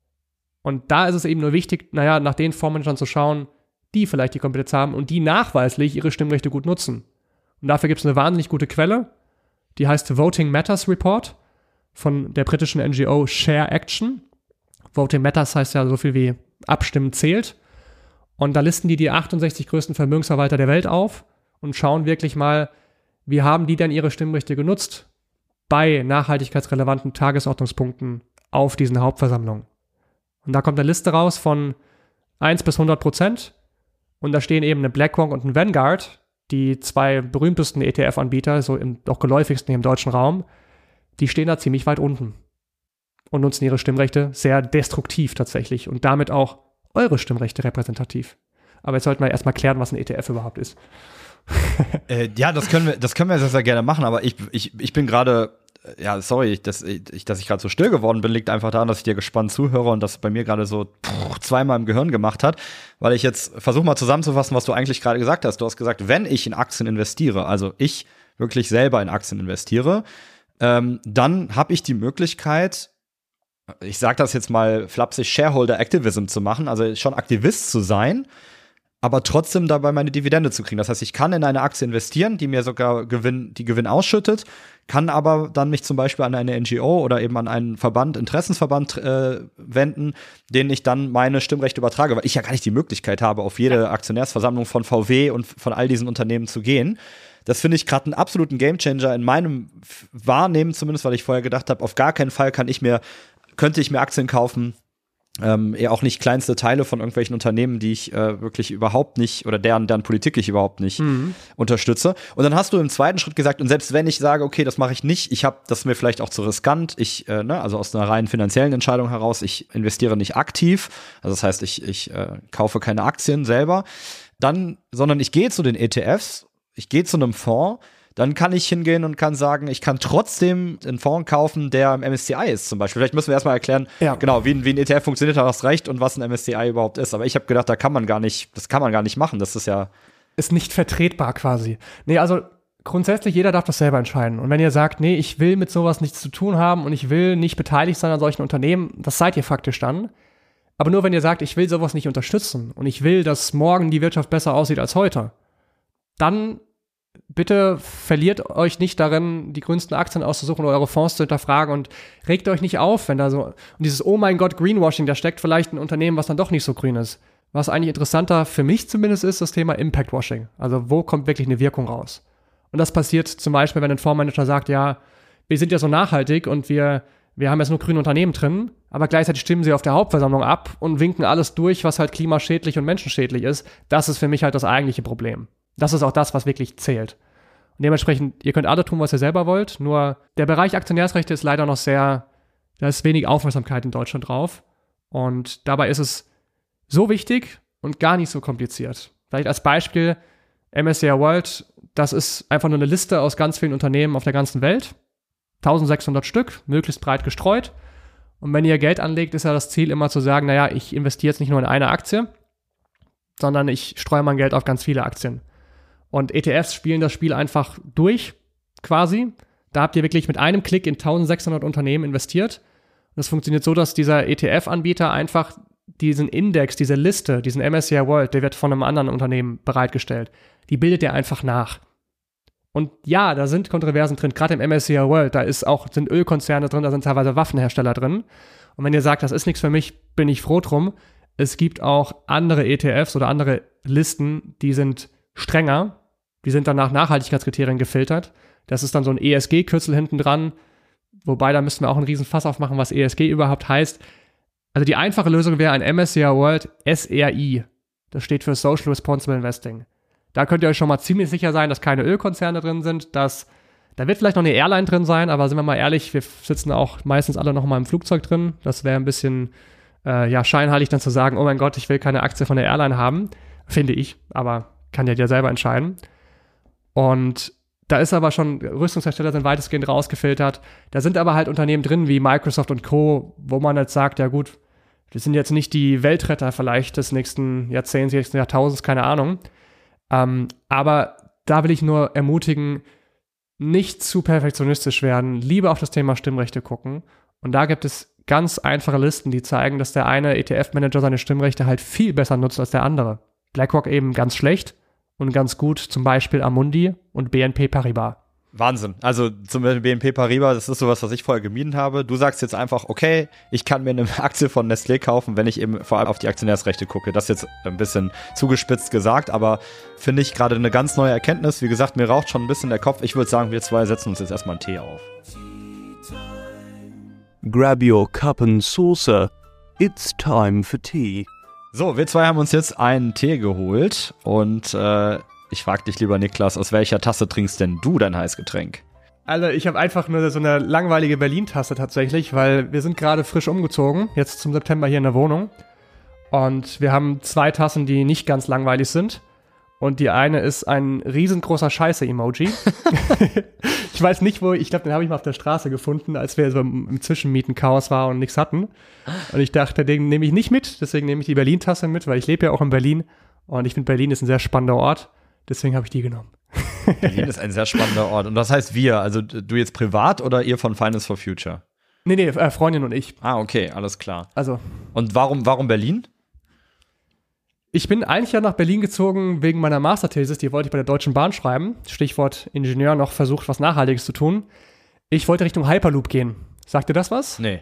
Und da ist es eben nur wichtig, naja, nach den Fondsmanagern zu schauen, die vielleicht die Kompetenz haben und die nachweislich ihre Stimmrechte gut nutzen. Und dafür gibt es eine wahnsinnig gute Quelle, die heißt Voting Matters Report von der britischen N G O Share Action. Voting Matters heißt ja so viel wie Abstimmen zählt. Und da listen die die achtundsechzig größten Vermögensverwalter der Welt auf und schauen wirklich mal, wie haben die denn ihre Stimmrechte genutzt bei nachhaltigkeitsrelevanten Tagesordnungspunkten auf diesen Hauptversammlungen. Und da kommt eine Liste raus von eins bis hundert Prozent und da stehen eben eine BlackRock und ein Vanguard, die zwei berühmtesten E T F-Anbieter, so im doch geläufigsten im deutschen Raum, die stehen da ziemlich weit unten. und nutzen ihre Stimmrechte sehr destruktiv tatsächlich und damit auch eure Stimmrechte repräsentativ. Aber jetzt sollten wir erstmal klären, was ein E T F überhaupt ist. äh, ja, das können wir, das können wir sehr, sehr gerne machen, aber ich, ich, ich bin gerade, ja, sorry, dass ich, dass ich gerade so still geworden bin, liegt einfach daran, dass ich dir gespannt zuhöre und das bei mir gerade so pff, zweimal im Gehirn gemacht hat, weil ich jetzt versuche mal zusammenzufassen, was du eigentlich gerade gesagt hast. Du hast gesagt, wenn ich in Aktien investiere, also ich wirklich selber in Aktien investiere, ähm, dann habe ich die Möglichkeit, ich sage das jetzt mal flapsig, Shareholder Activism zu machen, also schon Aktivist zu sein, aber trotzdem dabei meine Dividende zu kriegen. Das heißt, ich kann in eine Aktie investieren, die mir sogar Gewinn, die Gewinn ausschüttet, kann aber dann mich zum Beispiel an eine N G O oder eben an einen Verband, Interessensverband äh, wenden, denen ich dann meine Stimmrechte übertrage, weil ich ja gar nicht die Möglichkeit habe, auf jede Aktionärsversammlung von V W und von all diesen Unternehmen zu gehen. Das finde ich gerade einen absoluten Gamechanger in meinem Wahrnehmen, zumindest, weil ich vorher gedacht habe, auf gar keinen Fall kann ich mir, könnte ich mir Aktien kaufen, Ähm, eher auch nicht kleinste Teile von irgendwelchen Unternehmen, die ich äh, wirklich überhaupt nicht oder deren, deren Politik ich überhaupt nicht mhm. unterstütze. Und dann hast du im zweiten Schritt gesagt, und selbst wenn ich sage, okay, das mache ich nicht, ich habe das mir vielleicht auch zu riskant, ich, äh, ne, also aus einer rein finanziellen Entscheidung heraus, ich investiere nicht aktiv, also das heißt, ich, ich äh, kaufe keine Aktien selber, dann, sondern ich gehe zu den E T Fs, ich gehe zu einem Fonds, dann kann ich hingehen und kann sagen, ich kann trotzdem einen Fonds kaufen, der im M S C I ist zum Beispiel. Vielleicht müssen wir erstmal erklären, ja. genau, wie, wie ein E T F funktioniert, hast recht und was ein M S C I überhaupt ist. Aber ich habe gedacht, da kann man gar nicht, das kann man gar nicht machen. Das ist ja ist nicht vertretbar quasi. Nee, also grundsätzlich jeder darf das selber entscheiden. Und wenn ihr sagt, nee, ich will mit sowas nichts zu tun haben und ich will nicht beteiligt sein an solchen Unternehmen, das seid ihr faktisch dann. Aber nur wenn ihr sagt, ich will sowas nicht unterstützen und ich will, dass morgen die Wirtschaft besser aussieht als heute, dann bitte verliert euch nicht darin, die grünsten Aktien auszusuchen oder eure Fonds zu hinterfragen und regt euch nicht auf, wenn da so, und dieses oh mein Gott, Greenwashing, da steckt vielleicht ein Unternehmen, was dann doch nicht so grün ist. Was eigentlich interessanter für mich zumindest ist, das Thema Impact-Washing. Also wo kommt wirklich eine Wirkung raus? Und das passiert zum Beispiel, wenn ein Fondsmanager sagt, ja, wir sind ja so nachhaltig und wir, wir haben jetzt nur grüne Unternehmen drin, aber gleichzeitig stimmen sie auf der Hauptversammlung ab und winken alles durch, was halt klimaschädlich und menschenschädlich ist. Das ist für mich halt das eigentliche Problem. Das ist auch das, was wirklich zählt. Und dementsprechend, ihr könnt alle tun, was ihr selber wollt, nur der Bereich Aktionärsrechte ist leider noch sehr, da ist wenig Aufmerksamkeit in Deutschland drauf. Und dabei ist es so wichtig und gar nicht so kompliziert. Vielleicht als Beispiel, M S C I World, das ist einfach nur eine Liste aus ganz vielen Unternehmen auf der ganzen Welt. eintausendsechshundert Stück, möglichst breit gestreut. Und wenn ihr Geld anlegt, ist ja das Ziel immer zu sagen, naja, ich investiere jetzt nicht nur in eine Aktie, sondern ich streue mein Geld auf ganz viele Aktien. Und E T Fs spielen das Spiel einfach durch, quasi. Da habt ihr wirklich mit einem Klick in eintausendsechshundert Unternehmen investiert. Und das funktioniert so, dass dieser E T F-Anbieter einfach diesen Index, diese Liste, diesen M S C I World, der wird von einem anderen Unternehmen bereitgestellt. Die bildet er einfach nach. Und ja, da sind Kontroversen drin, gerade im M S C I World, da ist auch, sind Ölkonzerne drin, da sind teilweise Waffenhersteller drin. Und wenn ihr sagt, das ist nichts für mich, bin ich froh drum. Es gibt auch andere E T Fs oder andere Listen, die sind strenger. Die sind dann nach Nachhaltigkeitskriterien gefiltert. Das ist dann so ein E S G-Kürzel hinten dran. Wobei, da müssten wir auch einen riesen Fass aufmachen, was E S G überhaupt heißt. Also die einfache Lösung wäre ein M S C I World S R I. Das steht für Social Responsible Investing. Da könnt ihr euch schon mal ziemlich sicher sein, dass keine Ölkonzerne drin sind. Dass, da wird vielleicht noch eine Airline drin sein, aber sind wir mal ehrlich, wir sitzen auch meistens alle noch mal im Flugzeug drin. Das wäre ein bisschen äh, ja, scheinheilig dann zu sagen, oh mein Gott, ich will keine Aktie von der Airline haben. Finde ich, aber kann ja dir selber entscheiden. Und da ist aber schon, Rüstungshersteller sind weitestgehend rausgefiltert. Da sind aber halt Unternehmen drin wie Microsoft und Co., wo man jetzt sagt, ja gut, das sind jetzt nicht die Weltretter vielleicht des nächsten Jahrzehnts, des nächsten Jahrtausends, keine Ahnung. Ähm, aber da will ich nur ermutigen, nicht zu perfektionistisch werden, lieber auf das Thema Stimmrechte gucken. Und da gibt es ganz einfache Listen, die zeigen, dass der eine E T F-Manager seine Stimmrechte halt viel besser nutzt als der andere. BlackRock eben ganz schlecht und ganz gut, zum Beispiel Amundi und B N P Paribas. Wahnsinn. Also zum Beispiel B N P Paribas, das ist sowas, was ich vorher gemieden habe. Du sagst jetzt einfach, okay, ich kann mir eine Aktie von Nestlé kaufen, wenn ich eben vor allem auf die Aktionärsrechte gucke. Das ist jetzt ein bisschen zugespitzt gesagt, aber finde ich gerade eine ganz neue Erkenntnis. Wie gesagt, mir raucht schon ein bisschen der Kopf. Ich würde sagen, wir zwei setzen uns jetzt erstmal einen Tee auf. Grab your cup and saucer. It's time for tea. So, wir zwei haben uns jetzt einen Tee geholt und äh, ich frage dich, lieber Niklas, aus welcher Tasse trinkst denn du dein Heißgetränk? Also ich habe einfach nur so eine langweilige Berlin-Tasse tatsächlich, weil wir sind gerade frisch umgezogen, jetzt zum September hier in der Wohnung. Und wir haben zwei Tassen, die nicht ganz langweilig sind. Und die eine ist ein riesengroßer Scheiße-Emoji. Ich weiß nicht, wo, ich glaube, den habe ich mal auf der Straße gefunden, als wir so im, im Zwischenmieten-Chaos waren und nichts hatten. Und ich dachte, den nehme ich nicht mit, deswegen nehme ich die Berlin-Tasse mit, weil ich lebe ja auch in Berlin. Und ich finde, Berlin ist ein sehr spannender Ort, deswegen habe ich die genommen. Berlin ist ein sehr spannender Ort. Und was heißt wir? Also du jetzt privat oder ihr von Finance for Future? Nee, nee, äh, Freundin und ich. Ah, okay, alles klar. Also. Und warum, warum Berlin? Ich bin eigentlich ja nach Berlin gezogen wegen meiner Masterthesis, die wollte ich bei der Deutschen Bahn schreiben. Stichwort Ingenieur, noch versucht, was Nachhaltiges zu tun. Ich wollte Richtung Hyperloop gehen. Sagt dir das was? Nee.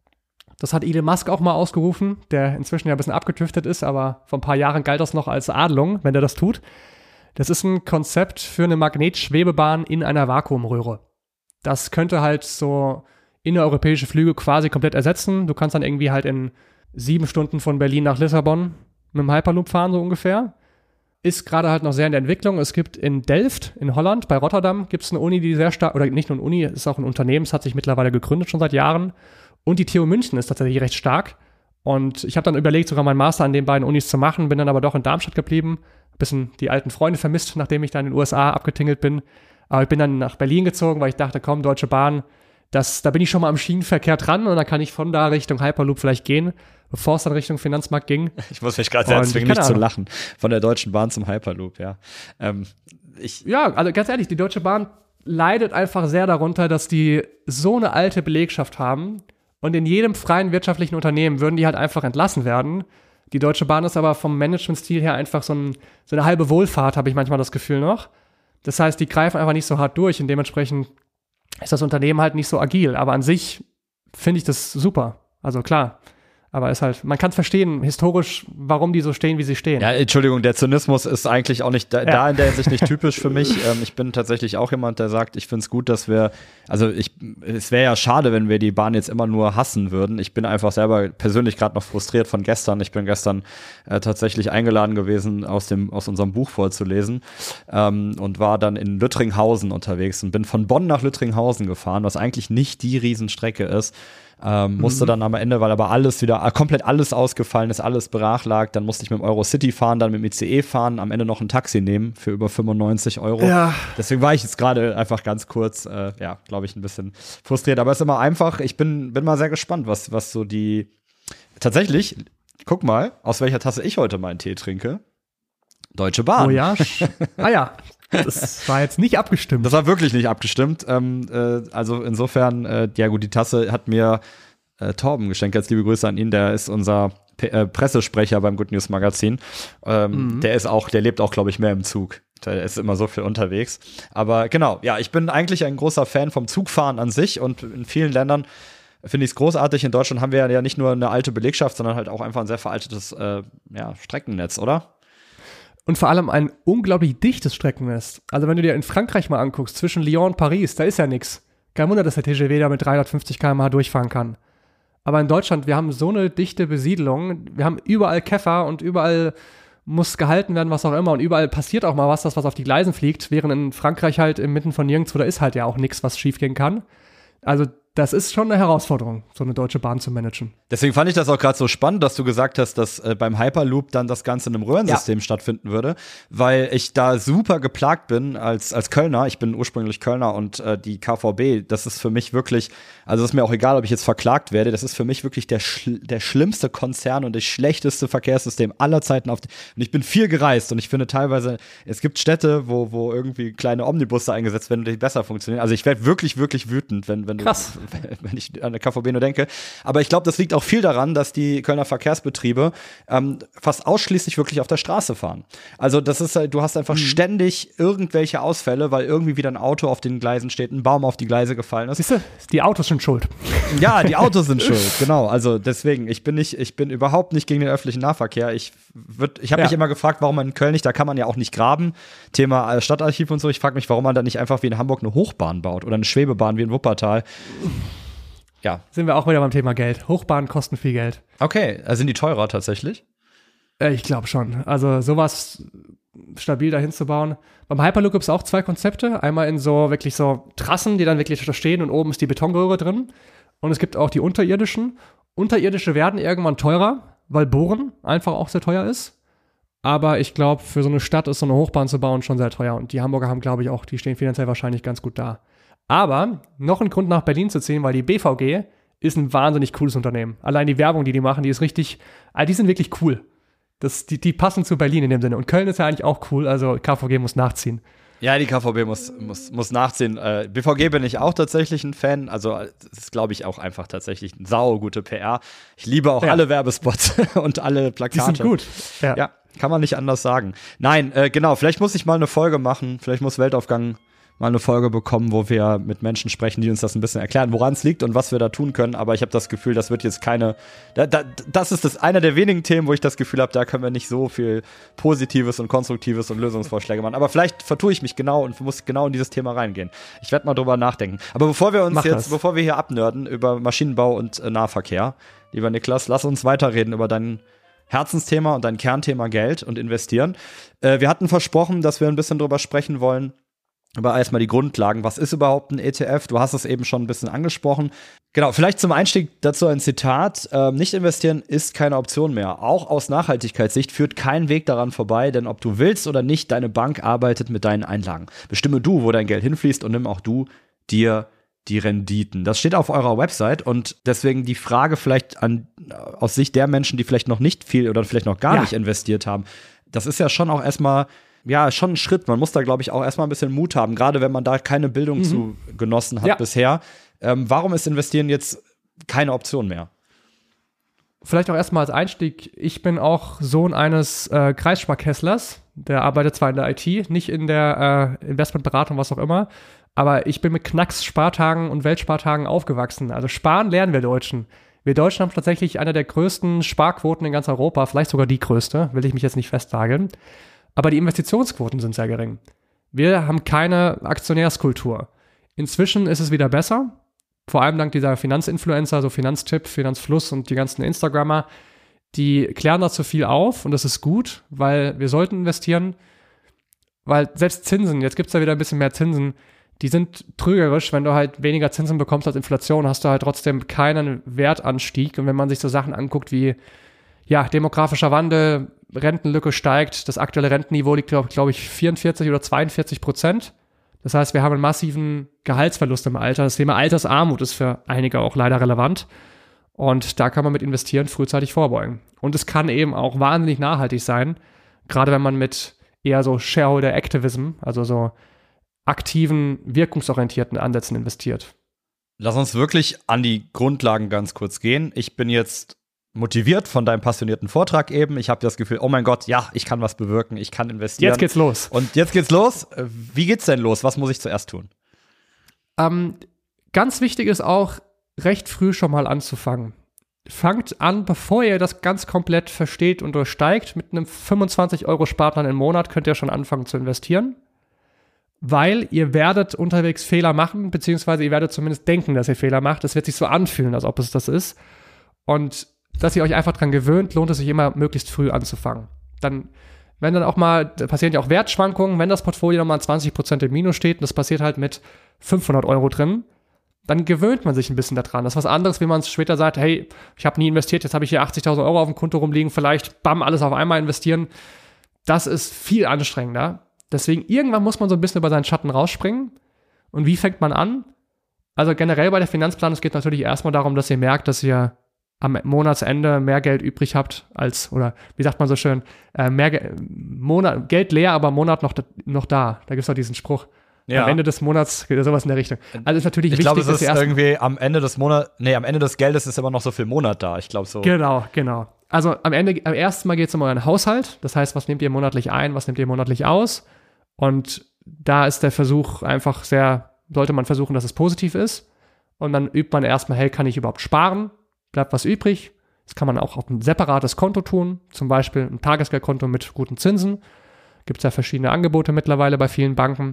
Das hat Elon Musk auch mal ausgerufen, der inzwischen ja ein bisschen abgetüftet ist, aber vor ein paar Jahren galt das noch als Adelung, wenn der das tut. Das ist ein Konzept für eine Magnetschwebebahn in einer Vakuumröhre. Das könnte halt so innereuropäische Flüge quasi komplett ersetzen. Du kannst dann irgendwie halt in sieben Stunden von Berlin nach Lissabon mit dem Hyperloop fahren, so ungefähr. Ist gerade halt noch sehr in der Entwicklung. Es gibt in Delft, in Holland, bei Rotterdam, gibt es eine Uni, die sehr stark, oder nicht nur eine Uni, ist auch ein Unternehmen, es hat sich mittlerweile gegründet, schon seit Jahren. Und die T U München ist tatsächlich recht stark. Und ich habe dann überlegt, sogar meinen Master an den beiden Unis zu machen, bin dann aber doch in Darmstadt geblieben. Ein bisschen die alten Freunde vermisst, nachdem ich dann in den U S A abgetingelt bin. Aber ich bin dann nach Berlin gezogen, weil ich dachte, komm, Deutsche Bahn, das, da bin ich schon mal am Schienenverkehr dran und dann kann ich von da Richtung Hyperloop vielleicht gehen, bevor es dann Richtung Finanzmarkt ging. Ich muss mich gerade sehr zwingen, nicht zu lachen. Von der Deutschen Bahn zum Hyperloop, ja. Ähm, ich ja, also ganz ehrlich, die Deutsche Bahn leidet einfach sehr darunter, dass die so eine alte Belegschaft haben und in jedem freien wirtschaftlichen Unternehmen würden die halt einfach entlassen werden. Die Deutsche Bahn ist aber vom Managementstil her einfach so, ein, so eine halbe Wohlfahrt, habe ich manchmal das Gefühl noch. Das heißt, die greifen einfach nicht so hart durch und dementsprechend ist das Unternehmen halt nicht so agil. Aber an sich finde ich das super. Also klar. Aber ist halt, man kann es verstehen, historisch, warum die so stehen, wie sie stehen. Ja, Entschuldigung, der Zynismus ist eigentlich auch nicht da, ja. da in der Hinsicht nicht typisch für mich. Ähm, ich bin tatsächlich auch jemand, der sagt, ich finde es gut, dass wir, also ich, es wäre ja schade, wenn wir die Bahn jetzt immer nur hassen würden. Ich bin einfach selber persönlich gerade noch frustriert von gestern. Ich bin gestern äh, tatsächlich eingeladen gewesen, aus dem aus unserem Buch vorzulesen ähm, und war dann in Lüttringhausen unterwegs und bin von Bonn nach Lüttringhausen gefahren, was eigentlich nicht die Riesenstrecke ist. Ähm, musste mhm. dann am Ende, weil aber alles wieder, komplett alles ausgefallen ist, alles brach lag, dann musste ich mit dem Eurocity fahren, dann mit dem I C E fahren, am Ende noch ein Taxi nehmen für über fünfundneunzig Euro. Ja. Deswegen war ich jetzt gerade einfach ganz kurz, äh, ja, glaube ich, ein bisschen frustriert. Aber es ist immer einfach, ich bin, bin mal sehr gespannt, was, was so die, tatsächlich, guck mal, aus welcher Tasse ich heute meinen Tee trinke. Deutsche Bahn. Oh ja, ah ja. Das war jetzt nicht abgestimmt. Das war wirklich nicht abgestimmt. Ähm, äh, also insofern, äh, ja gut, die Tasse hat mir äh, Torben geschenkt. Jetzt liebe Grüße an ihn. Der ist unser P- äh, Pressesprecher beim Good News Magazin. Ähm, mhm. Der ist auch, der lebt auch, glaube ich, mehr im Zug. Der ist immer so viel unterwegs. Aber genau, ja, ich bin eigentlich ein großer Fan vom Zugfahren an sich und in vielen Ländern finde ich es großartig. In Deutschland haben wir ja nicht nur eine alte Belegschaft, sondern halt auch einfach ein sehr veraltetes äh, ja, Streckennetz, oder? Und vor allem ein unglaublich dichtes Streckennetz. Also wenn du dir in Frankreich mal anguckst, zwischen Lyon und Paris, da ist ja nichts. Kein Wunder, dass der T G V da mit dreihundertfünfzig Kilometer pro Stunde durchfahren kann. Aber in Deutschland, wir haben so eine dichte Besiedelung, wir haben überall Käfer und überall muss gehalten werden, was auch immer. Und überall passiert auch mal was, das was auf die Gleisen fliegt, während in Frankreich halt inmitten von nirgendwo, da ist halt ja auch nichts, was schiefgehen kann. Also das ist schon eine Herausforderung, so eine Deutsche Bahn zu managen. Deswegen fand ich das auch gerade so spannend, dass du gesagt hast, dass äh, beim Hyperloop dann das Ganze in einem Röhrensystem ja. stattfinden würde, weil ich da super geplagt bin als als Kölner. Ich bin ursprünglich Kölner und äh, die K V B, das ist für mich wirklich, also es ist mir auch egal, ob ich jetzt verklagt werde, das ist für mich wirklich der schl- der schlimmste Konzern und das schlechteste Verkehrssystem aller Zeiten. Auf die, und ich bin viel gereist und ich finde teilweise, es gibt Städte, wo wo irgendwie kleine Omnibusse eingesetzt werden, die besser funktionieren. Also ich werde wirklich, wirklich wütend, wenn, wenn du Krass. wenn ich an der K V B nur denke. Aber ich glaube, das liegt auch viel daran, dass die Kölner Verkehrsbetriebe ähm, fast ausschließlich wirklich auf der Straße fahren. Also das ist, du hast einfach mhm. ständig irgendwelche Ausfälle, weil irgendwie wieder ein Auto auf den Gleisen steht, ein Baum auf die Gleise gefallen ist. Siehst du, die Autos sind schuld. Ja, die Autos sind schuld, genau. Also deswegen, ich bin nicht, ich bin überhaupt nicht gegen den öffentlichen Nahverkehr. Ich würd, ich habe ja. mich immer gefragt, warum man in Köln nicht, da kann man ja auch nicht graben. Thema Stadtarchiv und so. Ich frage mich, warum man da nicht einfach wie in Hamburg eine Hochbahn baut oder eine Schwebebahn wie in Wuppertal. Ja. Sind wir auch wieder beim Thema Geld. Hochbahnen kosten viel Geld. Okay, also sind die teurer tatsächlich? Äh, ich glaube schon. Also sowas stabil dahin zu bauen. Beim Hyperloop gibt es auch zwei Konzepte. Einmal in so wirklich so Trassen, die dann wirklich da stehen und oben ist die Betonröhre drin. Und es gibt auch die unterirdischen. Unterirdische werden irgendwann teurer, weil Bohren einfach auch sehr teuer ist. Aber ich glaube, für so eine Stadt ist so eine Hochbahn zu bauen schon sehr teuer. Und die Hamburger haben, glaube ich, auch, die stehen finanziell wahrscheinlich ganz gut da. Aber noch ein Grund, nach Berlin zu ziehen, weil die B V G ist ein wahnsinnig cooles Unternehmen. Allein die Werbung, die die machen, die ist richtig, also die sind wirklich cool. Das, die, die passen zu Berlin in dem Sinne. Und Köln ist ja eigentlich auch cool, also K V G muss nachziehen. Ja, die K V B muss, muss, muss nachziehen. Äh, B V G bin ich auch tatsächlich ein Fan. Also, das ist, glaube ich, auch einfach tatsächlich eine saugute P R. Ich liebe auch ja. alle Werbespots und alle Plakate. Die sind gut. Ja, ja kann man nicht anders sagen. Nein, äh, genau, vielleicht muss ich mal eine Folge machen. Vielleicht muss Weltaufgang mal eine Folge bekommen, wo wir mit Menschen sprechen, die uns das ein bisschen erklären, woran es liegt und was wir da tun können. Aber ich habe das Gefühl, das wird jetzt keine, da, da, das ist das einer der wenigen Themen, wo ich das Gefühl habe, da können wir nicht so viel Positives und Konstruktives und Lösungsvorschläge machen. Aber vielleicht vertue ich mich genau und muss genau in dieses Thema reingehen. Ich werde mal drüber nachdenken. Aber bevor wir uns Mach jetzt, das. bevor wir hier abnörden über Maschinenbau und äh, Nahverkehr, lieber Niklas, lass uns weiterreden über dein Herzensthema und dein Kernthema Geld und investieren. Äh, wir hatten versprochen, dass wir ein bisschen drüber sprechen wollen, aber erstmal die Grundlagen. Was ist überhaupt ein E T F? Du hast es eben schon ein bisschen angesprochen. Genau, vielleicht zum Einstieg dazu ein Zitat. Ähm, nicht investieren ist keine Option mehr. Auch aus Nachhaltigkeitssicht führt kein Weg daran vorbei, denn ob du willst oder nicht, deine Bank arbeitet mit deinen Einlagen. Bestimme du, wo dein Geld hinfließt und nimm auch du dir die Renditen. Das steht auf eurer Website und deswegen die Frage vielleicht an aus Sicht der Menschen, die vielleicht noch nicht viel oder vielleicht noch gar ja. nicht investiert haben. Das ist ja schon auch erstmal Ja, schon ein Schritt. Man muss da, glaube ich, auch erstmal ein bisschen Mut haben, gerade wenn man da keine Bildung mhm. zu genossen hat ja. bisher. Ähm, warum ist Investieren jetzt keine Option mehr? Vielleicht auch erstmal als Einstieg. Ich bin auch Sohn eines äh, Kreissparkesslers. Der arbeitet zwar in der I T, nicht in der äh, Investmentberatung, was auch immer. Aber ich bin mit Knacks-Spartagen und Weltspartagen aufgewachsen. Also sparen lernen wir Deutschen. Wir Deutschen haben tatsächlich eine der größten Sparquoten in ganz Europa. Vielleicht sogar die größte, will ich mich jetzt nicht festnageln. Aber die Investitionsquoten sind sehr gering. Wir haben keine Aktionärskultur. Inzwischen ist es wieder besser, vor allem dank dieser Finanzinfluencer, so Finanztipp, Finanzfluss und die ganzen Instagrammer, die klären dazu viel auf und das ist gut, weil wir sollten investieren, weil selbst Zinsen, jetzt gibt es ja wieder ein bisschen mehr Zinsen, die sind trügerisch, wenn du halt weniger Zinsen bekommst als Inflation, hast du halt trotzdem keinen Wertanstieg und wenn man sich so Sachen anguckt wie ja, demografischer Wandel, Rentenlücke steigt. Das aktuelle Rentenniveau liegt, glaube glaub ich, vierundvierzig oder zweiundvierzig Prozent. Das heißt, wir haben einen massiven Gehaltsverlust im Alter. Das Thema Altersarmut ist für einige auch leider relevant. Und da kann man mit Investieren frühzeitig vorbeugen. Und es kann eben auch wahnsinnig nachhaltig sein, gerade wenn man mit eher so Shareholder Activism, also so aktiven, wirkungsorientierten Ansätzen investiert. Lass uns wirklich an die Grundlagen ganz kurz gehen. Ich bin jetzt motiviert von deinem passionierten Vortrag eben. Ich habe das Gefühl, oh mein Gott, ja, ich kann was bewirken, ich kann investieren. Jetzt geht's los. Und jetzt geht's los. Wie geht's denn los? Was muss ich zuerst tun? Ähm, ganz wichtig ist auch, recht früh schon mal anzufangen. Fangt an, bevor ihr das ganz komplett versteht und durchsteigt, mit einem fünfundzwanzig Euro Sparplan im Monat könnt ihr schon anfangen zu investieren, weil ihr werdet unterwegs Fehler machen, beziehungsweise ihr werdet zumindest denken, dass ihr Fehler macht. Es wird sich so anfühlen, als ob es das ist. Und dass ihr euch einfach dran gewöhnt, lohnt es sich immer, möglichst früh anzufangen. Dann, wenn dann auch mal, da passieren ja auch Wertschwankungen, wenn das Portfolio nochmal zwanzig Prozent im Minus steht und das passiert halt mit fünfhundert Euro drin, dann gewöhnt man sich ein bisschen daran. Das ist was anderes, wenn man später sagt, hey, ich habe nie investiert, jetzt habe ich hier achtzigtausend Euro auf dem Konto rumliegen, vielleicht, bam, alles auf einmal investieren. Das ist viel anstrengender. Deswegen, irgendwann muss man so ein bisschen über seinen Schatten rausspringen. Und wie fängt man an? Also generell bei der Finanzplanung, es geht natürlich erstmal darum, dass ihr merkt, dass ihr am Monatsende mehr Geld übrig habt als, oder wie sagt man so schön, äh, mehr Ge- Monat, Geld leer, aber Monat noch, noch da. Da gibt es doch diesen Spruch. Ja. Am Ende des Monats, sowas in der Richtung. Also ist natürlich ich wichtig, glaube, es dass ist ihr erst irgendwie am Ende des Monats, nee, am Ende des Geldes ist immer noch so viel Monat da. Ich glaube so. Genau, genau. Also am Ende, am ersten Mal geht es um euren Haushalt. Das heißt, was nehmt ihr monatlich ein, was nehmt ihr monatlich aus? Und da ist der Versuch einfach sehr, sollte man versuchen, dass es positiv ist. Und dann übt man erstmal, hey, kann ich überhaupt sparen? Bleibt was übrig? Das kann man auch auf ein separates Konto tun, zum Beispiel ein Tagesgeldkonto mit guten Zinsen. Gibt es ja verschiedene Angebote mittlerweile bei vielen Banken.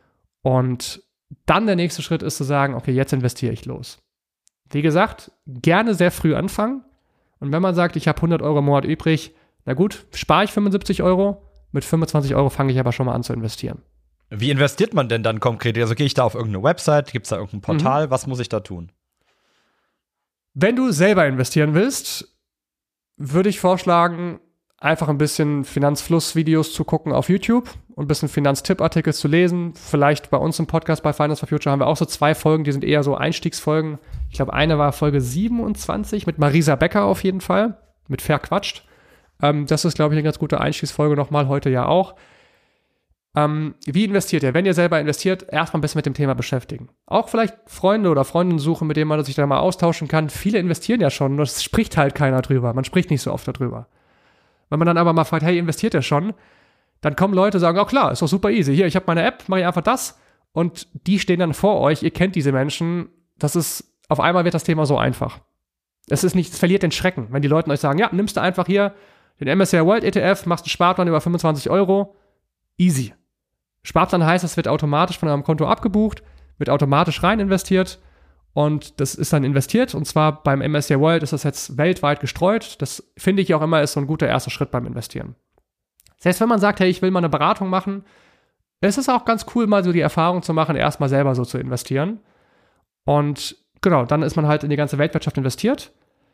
Und dann der nächste Schritt ist zu sagen, okay, jetzt investiere ich los. Wie gesagt, gerne sehr früh anfangen. Und wenn man sagt, ich habe hundert Euro im Monat übrig, na gut, spare ich fünfundsiebzig Euro, mit fünfundzwanzig Euro fange ich aber schon mal an zu investieren. Wie investiert man denn dann konkret? Also gehe ich da auf irgendeine Website, gibt es da irgendein Portal, mhm. was muss ich da tun? Wenn du selber investieren willst, würde ich vorschlagen, einfach ein bisschen Finanzfluss-Videos zu gucken auf YouTube und ein bisschen Finanztipp-Artikel zu lesen. Vielleicht bei uns im Podcast bei Finance for Future haben wir auch so zwei Folgen, die sind eher so Einstiegsfolgen. Ich glaube, eine war Folge siebenundzwanzig mit Marisa Becker auf jeden Fall, mit Verquatscht. Ähm, das ist, glaube ich, eine ganz gute Einstiegsfolge nochmal, heute ja auch. Ähm, wie investiert ihr? Wenn ihr selber investiert, erstmal ein bisschen mit dem Thema beschäftigen. Auch vielleicht Freunde oder Freundinnen suchen, mit denen man sich da mal austauschen kann. Viele investieren ja schon, nur es spricht halt keiner drüber. Man spricht nicht so oft darüber. Wenn man dann aber mal fragt, hey, investiert ihr schon? Dann kommen Leute und sagen, oh klar, ist doch super easy. Hier, ich habe meine App, mache ich einfach das. Und die stehen dann vor euch, ihr kennt diese Menschen. Das ist, auf einmal wird das Thema so einfach. Es ist nicht, es verliert den Schrecken. Wenn die Leute euch sagen, ja, nimmst du einfach hier den M S C I World E T F, machst einen Sparplan über fünfundzwanzig Euro, easy. Sparplan heißt, es wird automatisch von eurem Konto abgebucht, wird automatisch rein investiert und das ist dann investiert und zwar beim M S C I World ist das jetzt weltweit gestreut. Das finde ich auch immer ist so ein guter erster Schritt beim Investieren. Selbst wenn man sagt, hey, ich will mal eine Beratung machen, ist es auch ganz cool, mal so die Erfahrung zu machen, erstmal selber so zu investieren. Und genau, dann ist man halt in die ganze Weltwirtschaft investiert.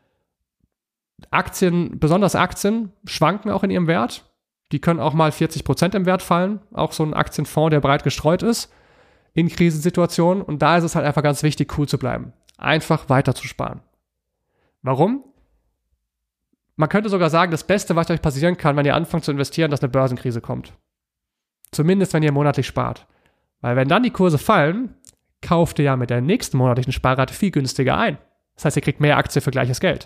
Aktien, besonders Aktien, schwanken auch in ihrem Wert. Die können auch mal vierzig Prozent im Wert fallen. Auch so ein Aktienfonds, der breit gestreut ist in Krisensituationen. Und da ist es halt einfach ganz wichtig, cool zu bleiben. Einfach weiter zu sparen. Warum? Man könnte sogar sagen, das Beste, was euch passieren kann, wenn ihr anfangt zu investieren, dass eine Börsenkrise kommt. Zumindest, wenn ihr monatlich spart. Weil wenn dann die Kurse fallen, kauft ihr ja mit der nächsten monatlichen Sparrate viel günstiger ein. Das heißt, ihr kriegt mehr Aktien für gleiches Geld.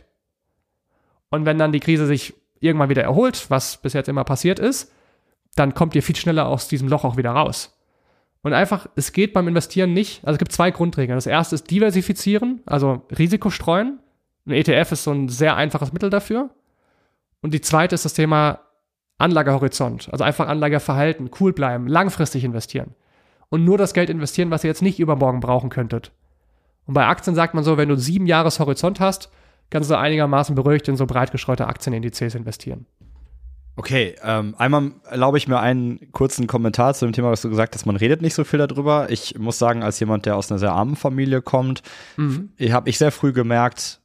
Und wenn dann die Krise sich irgendwann wieder erholt, was bis jetzt immer passiert ist, dann kommt ihr viel schneller aus diesem Loch auch wieder raus. Und einfach, es geht beim Investieren nicht, also es gibt zwei Grundregeln. Das erste ist diversifizieren, also Risiko streuen. Ein E T F ist so ein sehr einfaches Mittel dafür. Und die zweite ist das Thema Anlagehorizont, also einfach Anlageverhalten, cool bleiben, langfristig investieren. Und nur das Geld investieren, was ihr jetzt nicht übermorgen brauchen könntet. Und bei Aktien sagt man so, wenn du sieben Jahres Horizont hast, kannst du einigermaßen beruhigt in so breit gestreute Aktienindizes investieren. Okay, ähm, einmal erlaube ich mir einen kurzen Kommentar zu dem Thema, was du gesagt hast, man redet nicht so viel darüber. Ich muss sagen, als jemand, der aus einer sehr armen Familie kommt, mhm. habe ich sehr früh gemerkt,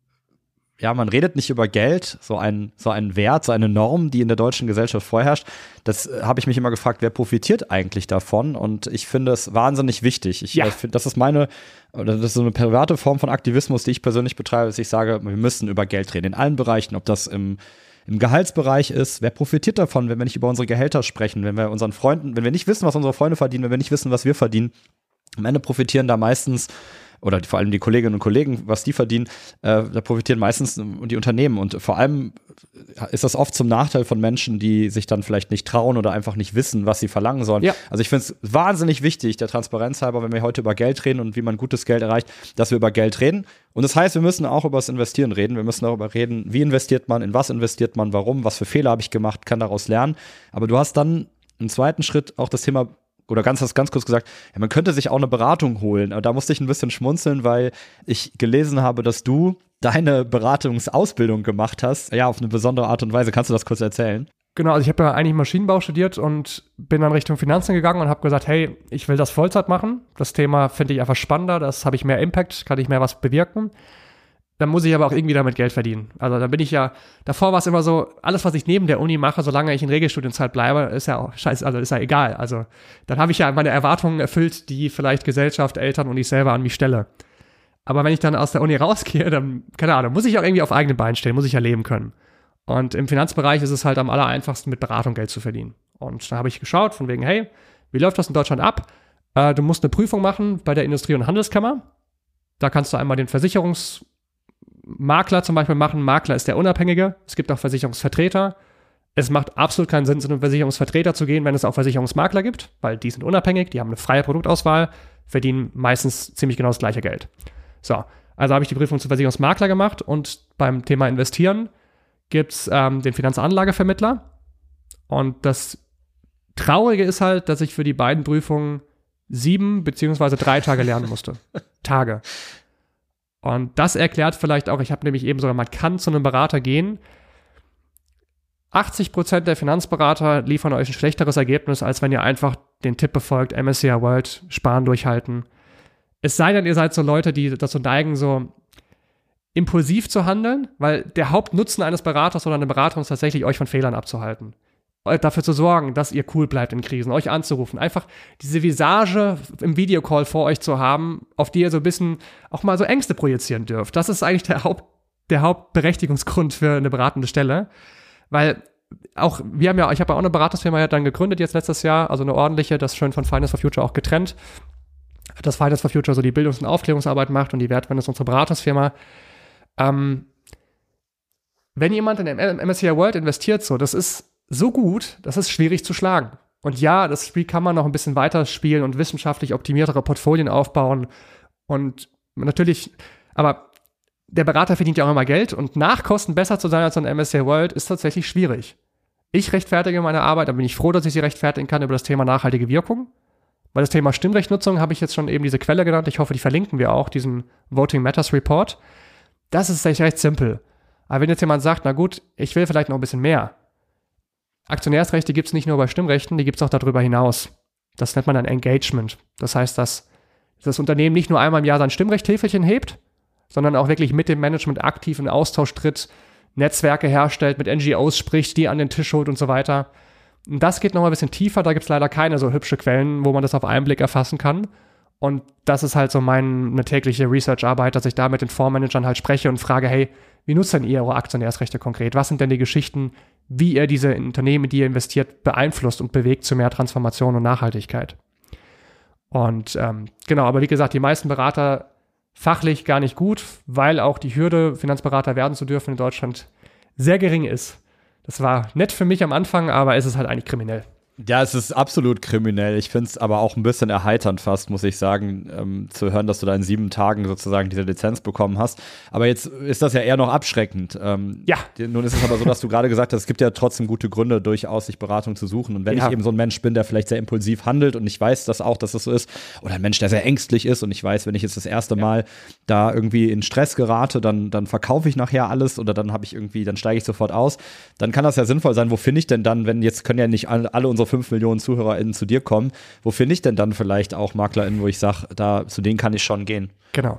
ja, man redet nicht über Geld, so ein, so ein Wert, so eine Norm, die in der deutschen Gesellschaft vorherrscht. Das äh, habe ich mich immer gefragt, wer profitiert eigentlich davon? Und ich finde es wahnsinnig wichtig. Ich, ja. äh, find, das ist meine, oder das ist so eine private Form von Aktivismus, die ich persönlich betreibe, dass ich sage, wir müssen über Geld reden, in allen Bereichen, ob das im Im Gehaltsbereich ist, wer profitiert davon, wenn wir nicht über unsere Gehälter sprechen, wenn wir unseren Freunden, wenn wir nicht wissen, was unsere Freunde verdienen, wenn wir nicht wissen, was wir verdienen, am Ende profitieren da meistens, oder vor allem die Kolleginnen und Kollegen, was die verdienen, äh, da profitieren meistens die Unternehmen und vor allem ist das oft zum Nachteil von Menschen, die sich dann vielleicht nicht trauen oder einfach nicht wissen, was sie verlangen sollen. Ja. Also ich finde es wahnsinnig wichtig, der Transparenz halber, wenn wir heute über Geld reden und wie man gutes Geld erreicht, dass wir über Geld reden. Und das heißt, wir müssen auch über das Investieren reden. Wir müssen darüber reden, wie investiert man, in was investiert man, warum, was für Fehler habe ich gemacht, kann daraus lernen. Aber du hast dann im zweiten Schritt auch das Thema, oder ganz, ganz kurz gesagt, ja, man könnte sich auch eine Beratung holen. Aber da musste ich ein bisschen schmunzeln, weil ich gelesen habe, dass du deine Beratungsausbildung gemacht hast. Ja, auf eine besondere Art und Weise. Kannst du das kurz erzählen? Genau, also ich habe ja eigentlich Maschinenbau studiert und bin dann Richtung Finanzen gegangen und habe gesagt, hey, ich will das Vollzeit machen. Das Thema finde ich einfach spannender, das habe ich mehr Impact, kann ich mehr was bewirken. Dann muss ich aber auch irgendwie damit Geld verdienen. Also dann bin ich ja, davor war es immer so, alles, was ich neben der Uni mache, solange ich in Regelstudienzeit bleibe, ist ja auch scheiße, also ist ja egal. Also dann habe ich ja meine Erwartungen erfüllt, die vielleicht Gesellschaft, Eltern und ich selber an mich stelle. Aber wenn ich dann aus der Uni rausgehe, dann, keine Ahnung, muss ich auch irgendwie auf eigenen Beinen stehen, muss ich ja leben können. Und im Finanzbereich ist es halt am aller einfachsten, mit Beratung Geld zu verdienen. Und da habe ich geschaut, von wegen, hey, wie läuft das in Deutschland ab? Äh, du musst eine Prüfung machen bei der Industrie- und Handelskammer. Da kannst du einmal den Versicherungsmakler zum Beispiel machen. Makler ist der Unabhängige. Es gibt auch Versicherungsvertreter. Es macht absolut keinen Sinn, zu einem Versicherungsvertreter zu gehen, wenn es auch Versicherungsmakler gibt, weil die sind unabhängig, die haben eine freie Produktauswahl, verdienen meistens ziemlich genau das gleiche Geld. So, also habe ich die Prüfung zum Versicherungsmakler gemacht und beim Thema Investieren gibt es ähm, den Finanzanlagevermittler. Und das Traurige ist halt, dass ich für die beiden Prüfungen sieben beziehungsweise drei Tage lernen musste. Tage. Und das erklärt vielleicht auch, ich habe nämlich eben sogar, man kann zu einem Berater gehen. achtzig Prozent der Finanzberater liefern euch ein schlechteres Ergebnis, als wenn ihr einfach den Tipp befolgt, M S C I World, sparen, durchhalten. Es sei denn, ihr seid so Leute, die dazu neigen, so impulsiv zu handeln, weil der Hauptnutzen eines Beraters oder einer Beratung ist tatsächlich, euch von Fehlern abzuhalten. Dafür zu sorgen, dass ihr cool bleibt in Krisen, euch anzurufen, einfach diese Visage im Videocall vor euch zu haben, auf die ihr so ein bisschen auch mal so Ängste projizieren dürft. Das ist eigentlich der, Haupt, der Hauptberechtigungsgrund für eine beratende Stelle, weil auch, wir haben ja, ich habe ja auch eine Beratungsfirma ja dann gegründet jetzt letztes Jahr, also eine ordentliche, das schön von Finance for Future auch getrennt, dass Finance for Future so die Bildungs- und Aufklärungsarbeit macht und die Wertwende ist unsere Beratungsfirma. Ähm, wenn jemand in M S C I World investiert, so, das ist so gut, das ist schwierig zu schlagen. Und ja, das Spiel kann man noch ein bisschen weiter spielen und wissenschaftlich optimiertere Portfolien aufbauen. Und natürlich, aber der Berater verdient ja auch immer Geld und nach Kosten besser zu sein als ein M S C I World ist tatsächlich schwierig. Ich rechtfertige meine Arbeit, da bin ich froh, dass ich sie rechtfertigen kann über das Thema nachhaltige Wirkung. Weil das Thema Stimmrechtnutzung habe ich jetzt schon eben diese Quelle genannt. Ich hoffe, die verlinken wir auch, diesen Voting Matters Report. Das ist echt recht simpel. Aber wenn jetzt jemand sagt, na gut, ich will vielleicht noch ein bisschen mehr. Aktionärsrechte gibt es nicht nur bei Stimmrechten, die gibt es auch darüber hinaus. Das nennt man dann Engagement. Das heißt, dass das Unternehmen nicht nur einmal im Jahr sein Stimmrechthäfelchen hebt, sondern auch wirklich mit dem Management aktiv in Austausch tritt, Netzwerke herstellt, mit N G Os spricht, die an den Tisch holt und so weiter. Und das geht noch mal ein bisschen tiefer, da gibt es leider keine so hübsche Quellen, wo man das auf einen Blick erfassen kann. Und das ist halt so meine tägliche Research-Arbeit, dass ich da mit den Fondsmanagern halt spreche und frage, hey, wie nutzt denn ihr eure Aktionärsrechte konkret? Was sind denn die Geschichten, wie ihr diese Unternehmen, die ihr investiert, beeinflusst und bewegt zu mehr Transformation und Nachhaltigkeit? Und ähm, genau, aber wie gesagt, die meisten Berater fachlich gar nicht gut, weil auch die Hürde, Finanzberater werden zu dürfen in Deutschland, sehr gering ist. Das war nett für mich am Anfang, aber es ist halt eigentlich kriminell. Ja, es ist absolut kriminell. Ich finde es aber auch ein bisschen erheiternd fast, muss ich sagen, ähm, zu hören, dass du da in sieben Tagen sozusagen diese Lizenz bekommen hast. Aber jetzt ist das ja eher noch abschreckend. Ähm, ja. Nun ist es aber so, dass du gerade gesagt hast, es gibt ja trotzdem gute Gründe, durchaus sich Beratung zu suchen. Und wenn ja. ich eben so ein Mensch bin, der vielleicht sehr impulsiv handelt und ich weiß das auch, dass das so ist, oder ein Mensch, der sehr ängstlich ist und ich weiß, wenn ich jetzt das erste ja. Mal da irgendwie in Stress gerate, dann, dann verkaufe ich nachher alles oder dann habe ich irgendwie, dann steige ich sofort aus, dann kann das ja sinnvoll sein. Wo finde ich denn dann, wenn jetzt können ja nicht alle, alle unsere fünf Millionen ZuhörerInnen zu dir kommen, wo finde ich denn dann vielleicht auch MaklerInnen, wo ich sage, da zu denen kann ich schon gehen? Genau.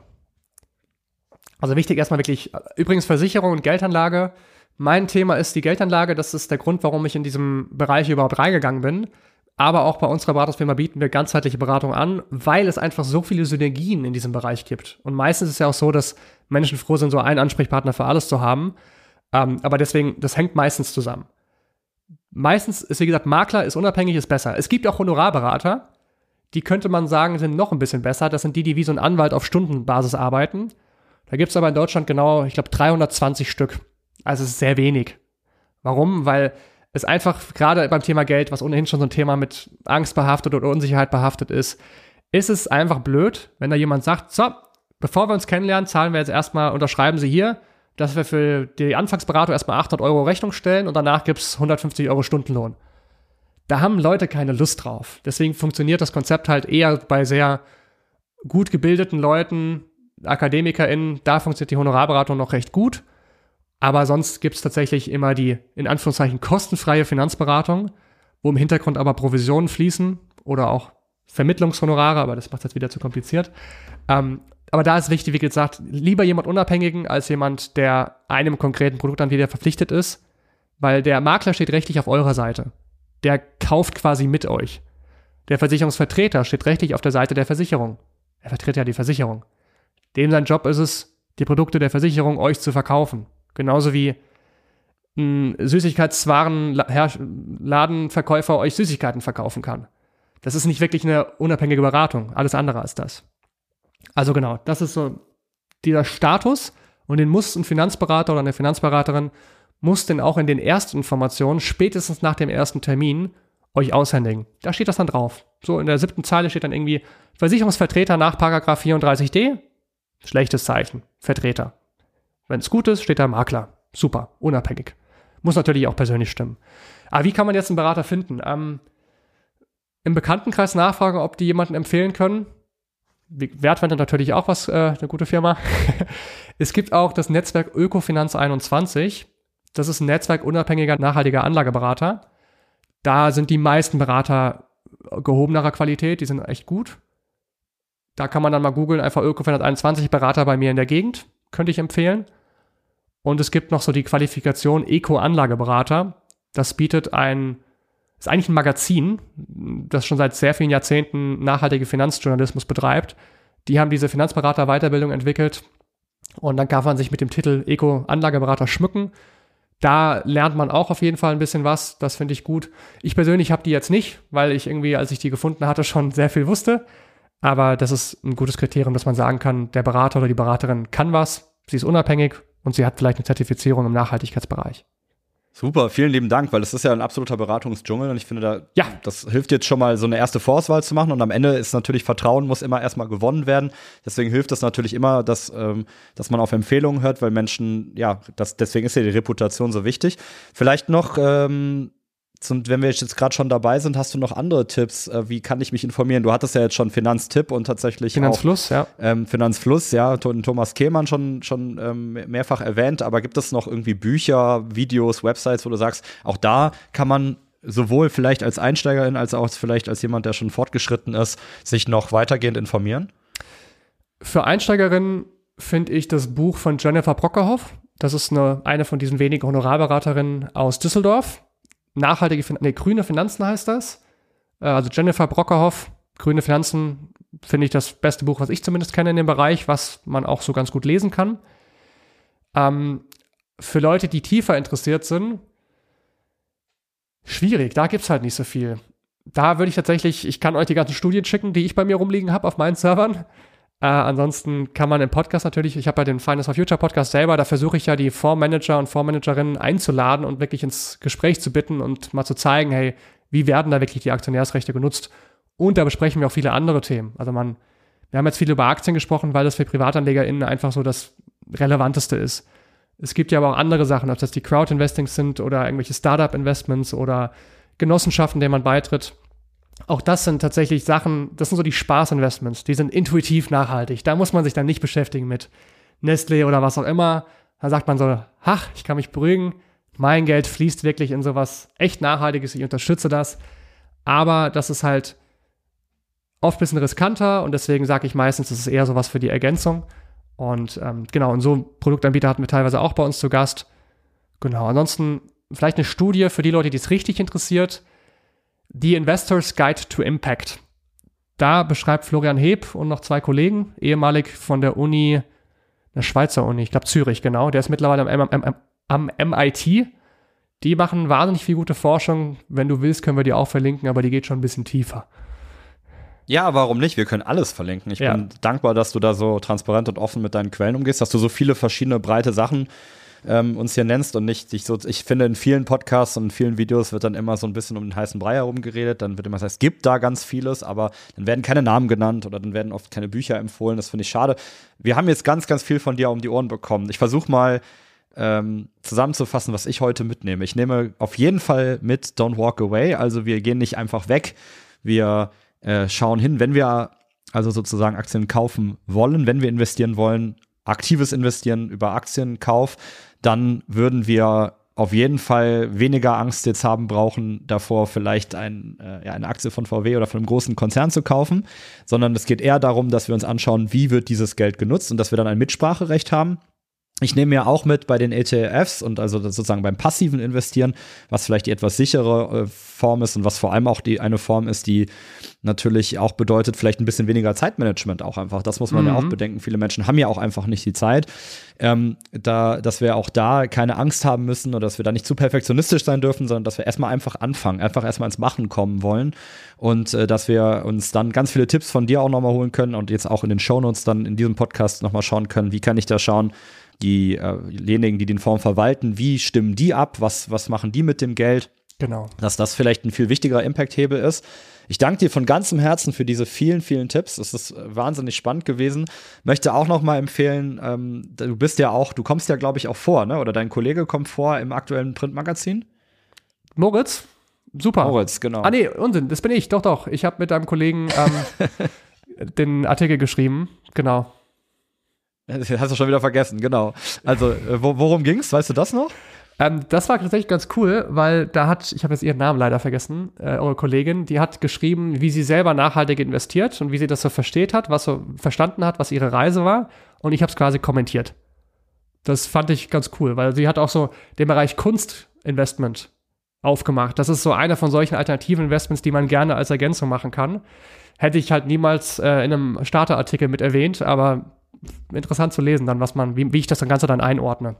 Also wichtig erstmal wirklich, übrigens Versicherung und Geldanlage. Mein Thema ist die Geldanlage, das ist der Grund, warum ich in diesem Bereich überhaupt reingegangen bin. Aber auch bei unserer Beratungsfirma bieten wir ganzheitliche Beratung an, weil es einfach so viele Synergien in diesem Bereich gibt. Und meistens ist es ja auch so, dass Menschen froh sind, so einen Ansprechpartner für alles zu haben. Ähm, aber deswegen, das hängt meistens zusammen. Meistens ist, wie gesagt, Makler ist unabhängig, ist besser. Es gibt auch Honorarberater, die könnte man sagen, sind noch ein bisschen besser. Das sind die, die wie so ein Anwalt auf Stundenbasis arbeiten. Da gibt es aber in Deutschland genau, ich glaube, dreihundertzwanzig Stück. Also es ist sehr wenig. Warum? Weil es einfach gerade beim Thema Geld, was ohnehin schon so ein Thema mit Angst behaftet oder Unsicherheit behaftet ist, ist es einfach blöd, wenn da jemand sagt, so, bevor wir uns kennenlernen, zahlen wir jetzt erstmal, unterschreiben Sie hier, dass wir für die Anfangsberatung erstmal achthundert Euro Rechnung stellen und danach gibt es hundertfünfzig Euro Stundenlohn. Da haben Leute keine Lust drauf. Deswegen funktioniert das Konzept halt eher bei sehr gut gebildeten Leuten, AkademikerInnen, da funktioniert die Honorarberatung noch recht gut. Aber sonst gibt es tatsächlich immer die, in Anführungszeichen, kostenfreie Finanzberatung, wo im Hintergrund aber Provisionen fließen oder auch Vermittlungshonorare, aber das macht es jetzt wieder zu kompliziert. Ähm, aber da ist wichtig, wie gesagt, lieber jemand Unabhängigen als jemand, der einem konkreten Produktanbieter verpflichtet ist, weil der Makler steht rechtlich auf eurer Seite. Der kauft quasi mit euch. Der Versicherungsvertreter steht rechtlich auf der Seite der Versicherung. Er vertritt ja die Versicherung. Dem sein Job ist es, die Produkte der Versicherung euch zu verkaufen. Genauso wie ein Süßigkeitswarenladenverkäufer euch Süßigkeiten verkaufen kann. Das ist nicht wirklich eine unabhängige Beratung. Alles andere als das. Also genau, das ist so dieser Status und den muss ein Finanzberater oder eine Finanzberaterin muss den auch in den ersten Informationen, spätestens nach dem ersten Termin, euch aushändigen. Da steht das dann drauf. So in der siebten Zeile steht dann irgendwie Versicherungsvertreter nach Paragraph vierunddreißig d. Schlechtes Zeichen. Vertreter. Wenn es gut ist, steht da Makler. Super, unabhängig. Muss natürlich auch persönlich stimmen. Aber wie kann man jetzt einen Berater finden? Ähm, Im Bekanntenkreis nachfragen, ob die jemanden empfehlen können. Wertwende natürlich auch was, äh, eine gute Firma. Es gibt auch das Netzwerk Ökofinanz einundzwanzig. Das ist ein netzwerkunabhängiger, nachhaltiger Anlageberater. Da sind die meisten Berater gehobenerer Qualität, die sind echt gut. Da kann man dann mal googeln, einfach Öko vierhunderteinundzwanzig Berater bei mir in der Gegend, könnte ich empfehlen. Und es gibt noch so die Qualifikation Eco-Anlageberater. Das bietet ein, ist eigentlich ein Magazin, das schon seit sehr vielen Jahrzehnten nachhaltige Finanzjournalismus betreibt. Die haben diese Finanzberater-Weiterbildung entwickelt und dann kann man sich mit dem Titel Eco-Anlageberater schmücken. Da lernt man auch auf jeden Fall ein bisschen was, das finde ich gut. Ich persönlich habe die jetzt nicht, weil ich irgendwie, als ich die gefunden hatte, schon sehr viel wusste. Aber das ist ein gutes Kriterium, dass man sagen kann, der Berater oder die Beraterin kann was, sie ist unabhängig und sie hat vielleicht eine Zertifizierung im Nachhaltigkeitsbereich. Super, vielen lieben Dank, weil das ist ja ein absoluter Beratungsdschungel und ich finde, da, ja. das hilft jetzt schon mal, so eine erste Vorauswahl zu machen und am Ende ist natürlich Vertrauen, muss immer erstmal gewonnen werden. Deswegen hilft es natürlich immer, dass, ähm, dass man auf Empfehlungen hört, weil Menschen, ja, das, deswegen ist ja die Reputation so wichtig. Vielleicht noch, ähm, zum, wenn wir jetzt gerade schon dabei sind, hast du noch andere Tipps? Äh, wie kann ich mich informieren? Du hattest ja jetzt schon Finanztipp und tatsächlich Finanzfluss, auch, ja. Ähm, Finanzfluss, ja, Thomas Kehlmann schon, schon ähm, mehrfach erwähnt. Aber gibt es noch irgendwie Bücher, Videos, Websites, wo du sagst, auch da kann man sowohl vielleicht als Einsteigerin als auch vielleicht als jemand, der schon fortgeschritten ist, sich noch weitergehend informieren? Für Einsteigerinnen finde ich das Buch von Jennifer Brockerhoff. Das ist eine, eine von diesen wenigen Honorarberaterinnen aus Düsseldorf. Nachhaltige, fin- nee, grüne Finanzen heißt das. Äh, also Jennifer Brockerhoff, grüne Finanzen, finde ich das beste Buch, was ich zumindest kenne in dem Bereich, was man auch so ganz gut lesen kann. Ähm, für Leute, die tiefer interessiert sind, schwierig, da gibt es halt nicht so viel. Da würde ich tatsächlich, ich kann euch die ganzen Studien schicken, die ich bei mir rumliegen habe auf meinen Servern. Äh, ansonsten kann man im Podcast natürlich, ich habe ja den Finance for Future Podcast selber, da versuche ich ja die Fondsmanager und Fondsmanagerinnen einzuladen und wirklich ins Gespräch zu bitten und mal zu zeigen, hey, wie werden da wirklich die Aktionärsrechte genutzt? Und da besprechen wir auch viele andere Themen. Also man, wir haben jetzt viel über Aktien gesprochen, weil das für PrivatanlegerInnen einfach so das Relevanteste ist. Es gibt ja aber auch andere Sachen, ob das die Crowd-Investings sind oder irgendwelche Startup-Investments oder Genossenschaften, denen man beitritt. Auch das sind tatsächlich Sachen, das sind so die Spaß-Investments, die sind intuitiv nachhaltig. Da muss man sich dann nicht beschäftigen mit Nestlé oder was auch immer. Da sagt man so, ach, ich kann mich beruhigen, mein Geld fließt wirklich in sowas echt Nachhaltiges, ich unterstütze das. Aber das ist halt oft ein bisschen riskanter und deswegen sage ich meistens, das ist eher sowas für die Ergänzung. Und ähm, genau, und so Produktanbieter hatten wir teilweise auch bei uns zu Gast. Genau, ansonsten vielleicht eine Studie für die Leute, die es richtig interessiert. The Investor's Guide to Impact. Da beschreibt Florian Heb und noch zwei Kollegen, ehemalig von der Uni, der Schweizer Uni, ich glaube Zürich, genau, der ist mittlerweile am, am, am, am M I T. Die machen wahnsinnig viel gute Forschung. Wenn du willst, können wir die auch verlinken, aber die geht schon ein bisschen tiefer. Ja, warum nicht? Wir können alles verlinken. Ich ja. bin dankbar, dass du da so transparent und offen mit deinen Quellen umgehst, dass du so viele verschiedene breite Sachen ähm, uns hier nennst und nicht dich so. Ich finde, in vielen Podcasts und in vielen Videos wird dann immer so ein bisschen um den heißen Brei herum geredet. Dann wird immer gesagt, es gibt da ganz vieles, aber dann werden keine Namen genannt oder dann werden oft keine Bücher empfohlen. Das finde ich schade. Wir haben jetzt ganz, ganz viel von dir um die Ohren bekommen. Ich versuche mal ähm, zusammenzufassen, was ich heute mitnehme. Ich nehme auf jeden Fall mit Don't Walk Away. Also wir gehen nicht einfach weg. Wir äh, schauen hin, wenn wir also sozusagen Aktien kaufen wollen, wenn wir investieren wollen, aktives Investieren über Aktienkauf, dann würden wir auf jeden Fall weniger Angst jetzt haben brauchen, davor vielleicht ein, äh, ja, eine Aktie von V W oder von einem großen Konzern zu kaufen, sondern es geht eher darum, dass wir uns anschauen, wie wird dieses Geld genutzt und dass wir dann ein Mitspracherecht haben. Ich nehme ja auch mit bei den E T Fs und also sozusagen beim passiven Investieren, was vielleicht die etwas sichere äh, Form ist und was vor allem auch die eine Form ist, die natürlich auch bedeutet, vielleicht ein bisschen weniger Zeitmanagement auch einfach. Das muss man mhm. ja auch bedenken. Viele Menschen haben ja auch einfach nicht die Zeit, ähm, da, dass wir auch da keine Angst haben müssen oder dass wir da nicht zu perfektionistisch sein dürfen, sondern dass wir erstmal einfach anfangen, einfach erstmal ins Machen kommen wollen und äh, dass wir uns dann ganz viele Tipps von dir auch nochmal holen können und jetzt auch in den Shownotes dann in diesem Podcast nochmal schauen können, wie kann ich da schauen, diejenigen, die den Fonds verwalten, wie stimmen die ab, was, was machen die mit dem Geld? Genau. Dass das vielleicht ein viel wichtigerer Impact-Hebel ist. Ich danke dir von ganzem Herzen für diese vielen, vielen Tipps. Es ist wahnsinnig spannend gewesen. Möchte auch noch mal empfehlen, ähm, du bist ja auch, du kommst ja, glaube ich, auch vor, ne? Oder dein Kollege kommt vor im aktuellen Printmagazin? Moritz? Super. Moritz, genau. Ah nee, Unsinn, das bin ich, doch, doch. Ich habe mit einem Kollegen ähm, den Artikel geschrieben, genau. Das hast du schon wieder vergessen, genau. Also, worum ging's? Weißt du das noch? Ähm, das war tatsächlich ganz cool, weil da hat, ich habe jetzt ihren Namen leider vergessen, äh, eure Kollegin, die hat geschrieben, wie sie selber nachhaltig investiert und wie sie das so versteht hat, was so verstanden hat, was ihre Reise war. Und ich habe es quasi kommentiert. Das fand ich ganz cool, weil sie hat auch so den Bereich Kunstinvestment aufgemacht. Das ist so einer von solchen alternativen Investments, die man gerne als Ergänzung machen kann. Hätte ich halt niemals äh, in einem Starterartikel mit erwähnt, aber interessant zu lesen dann, was man, wie, wie ich das Ganze dann einordne.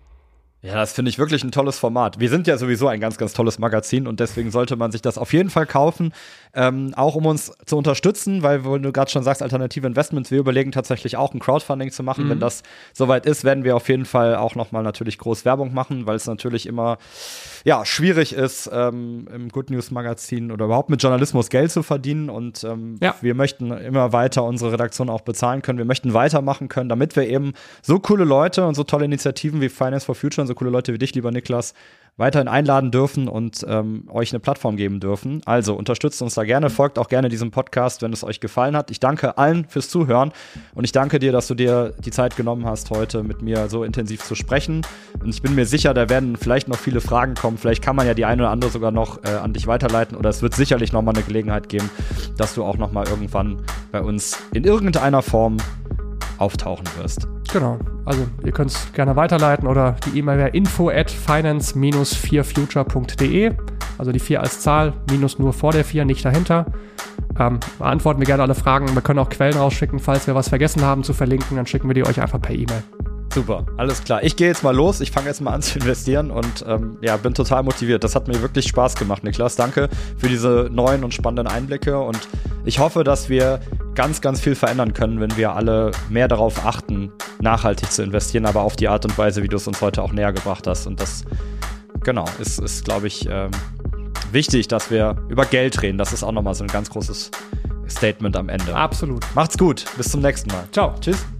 Ja, das finde ich wirklich ein tolles Format. Wir sind ja sowieso ein ganz, ganz tolles Magazin und deswegen sollte man sich das auf jeden Fall kaufen, ähm, auch um uns zu unterstützen, weil, wenn du gerade schon sagst, alternative Investments, wir überlegen tatsächlich auch ein Crowdfunding zu machen. Mhm. Wenn das soweit ist, werden wir auf jeden Fall auch nochmal natürlich groß Werbung machen, weil es natürlich immer ja, schwierig ist, ähm, im Good News Magazin oder überhaupt mit Journalismus Geld zu verdienen und ähm, ja. wir möchten immer weiter unsere Redaktion auch bezahlen können. Wir möchten weitermachen können, damit wir eben so coole Leute und so tolle Initiativen wie Finance for Future und so coole Leute wie dich, lieber Niklas, weiterhin einladen dürfen und ähm, euch eine Plattform geben dürfen. Also unterstützt uns da gerne, folgt auch gerne diesem Podcast, wenn es euch gefallen hat. Ich danke allen fürs Zuhören und ich danke dir, dass du dir die Zeit genommen hast, heute mit mir so intensiv zu sprechen. Und ich bin mir sicher, da werden vielleicht noch viele Fragen kommen. Vielleicht kann man ja die eine oder andere sogar noch äh, an dich weiterleiten oder es wird sicherlich noch mal eine Gelegenheit geben, dass du auch noch mal irgendwann bei uns in irgendeiner Form auftauchen wirst. Genau, also ihr könnt es gerne weiterleiten oder die E-Mail wäre info at finance dash vier future punkt de, also die vier als Zahl, minus nur vor der vier, nicht dahinter. Ähm, beantworten wir gerne alle Fragen. Wir können auch Quellen rausschicken, falls wir was vergessen haben zu verlinken, dann schicken wir die euch einfach per E-Mail. Super, alles klar. Ich gehe jetzt mal los, ich fange jetzt mal an zu investieren und ähm, ja, bin total motiviert. Das hat mir wirklich Spaß gemacht, Niklas. Danke für diese neuen und spannenden Einblicke und ich hoffe, dass wir ganz, ganz viel verändern können, wenn wir alle mehr darauf achten, nachhaltig zu investieren, aber auf die Art und Weise, wie du es uns heute auch näher gebracht hast. Und das, genau, ist, ist glaube ich, ähm, wichtig, dass wir über Geld reden. Das ist auch nochmal so ein ganz großes Statement am Ende. Absolut. Macht's gut, bis zum nächsten Mal. Ciao. Tschüss.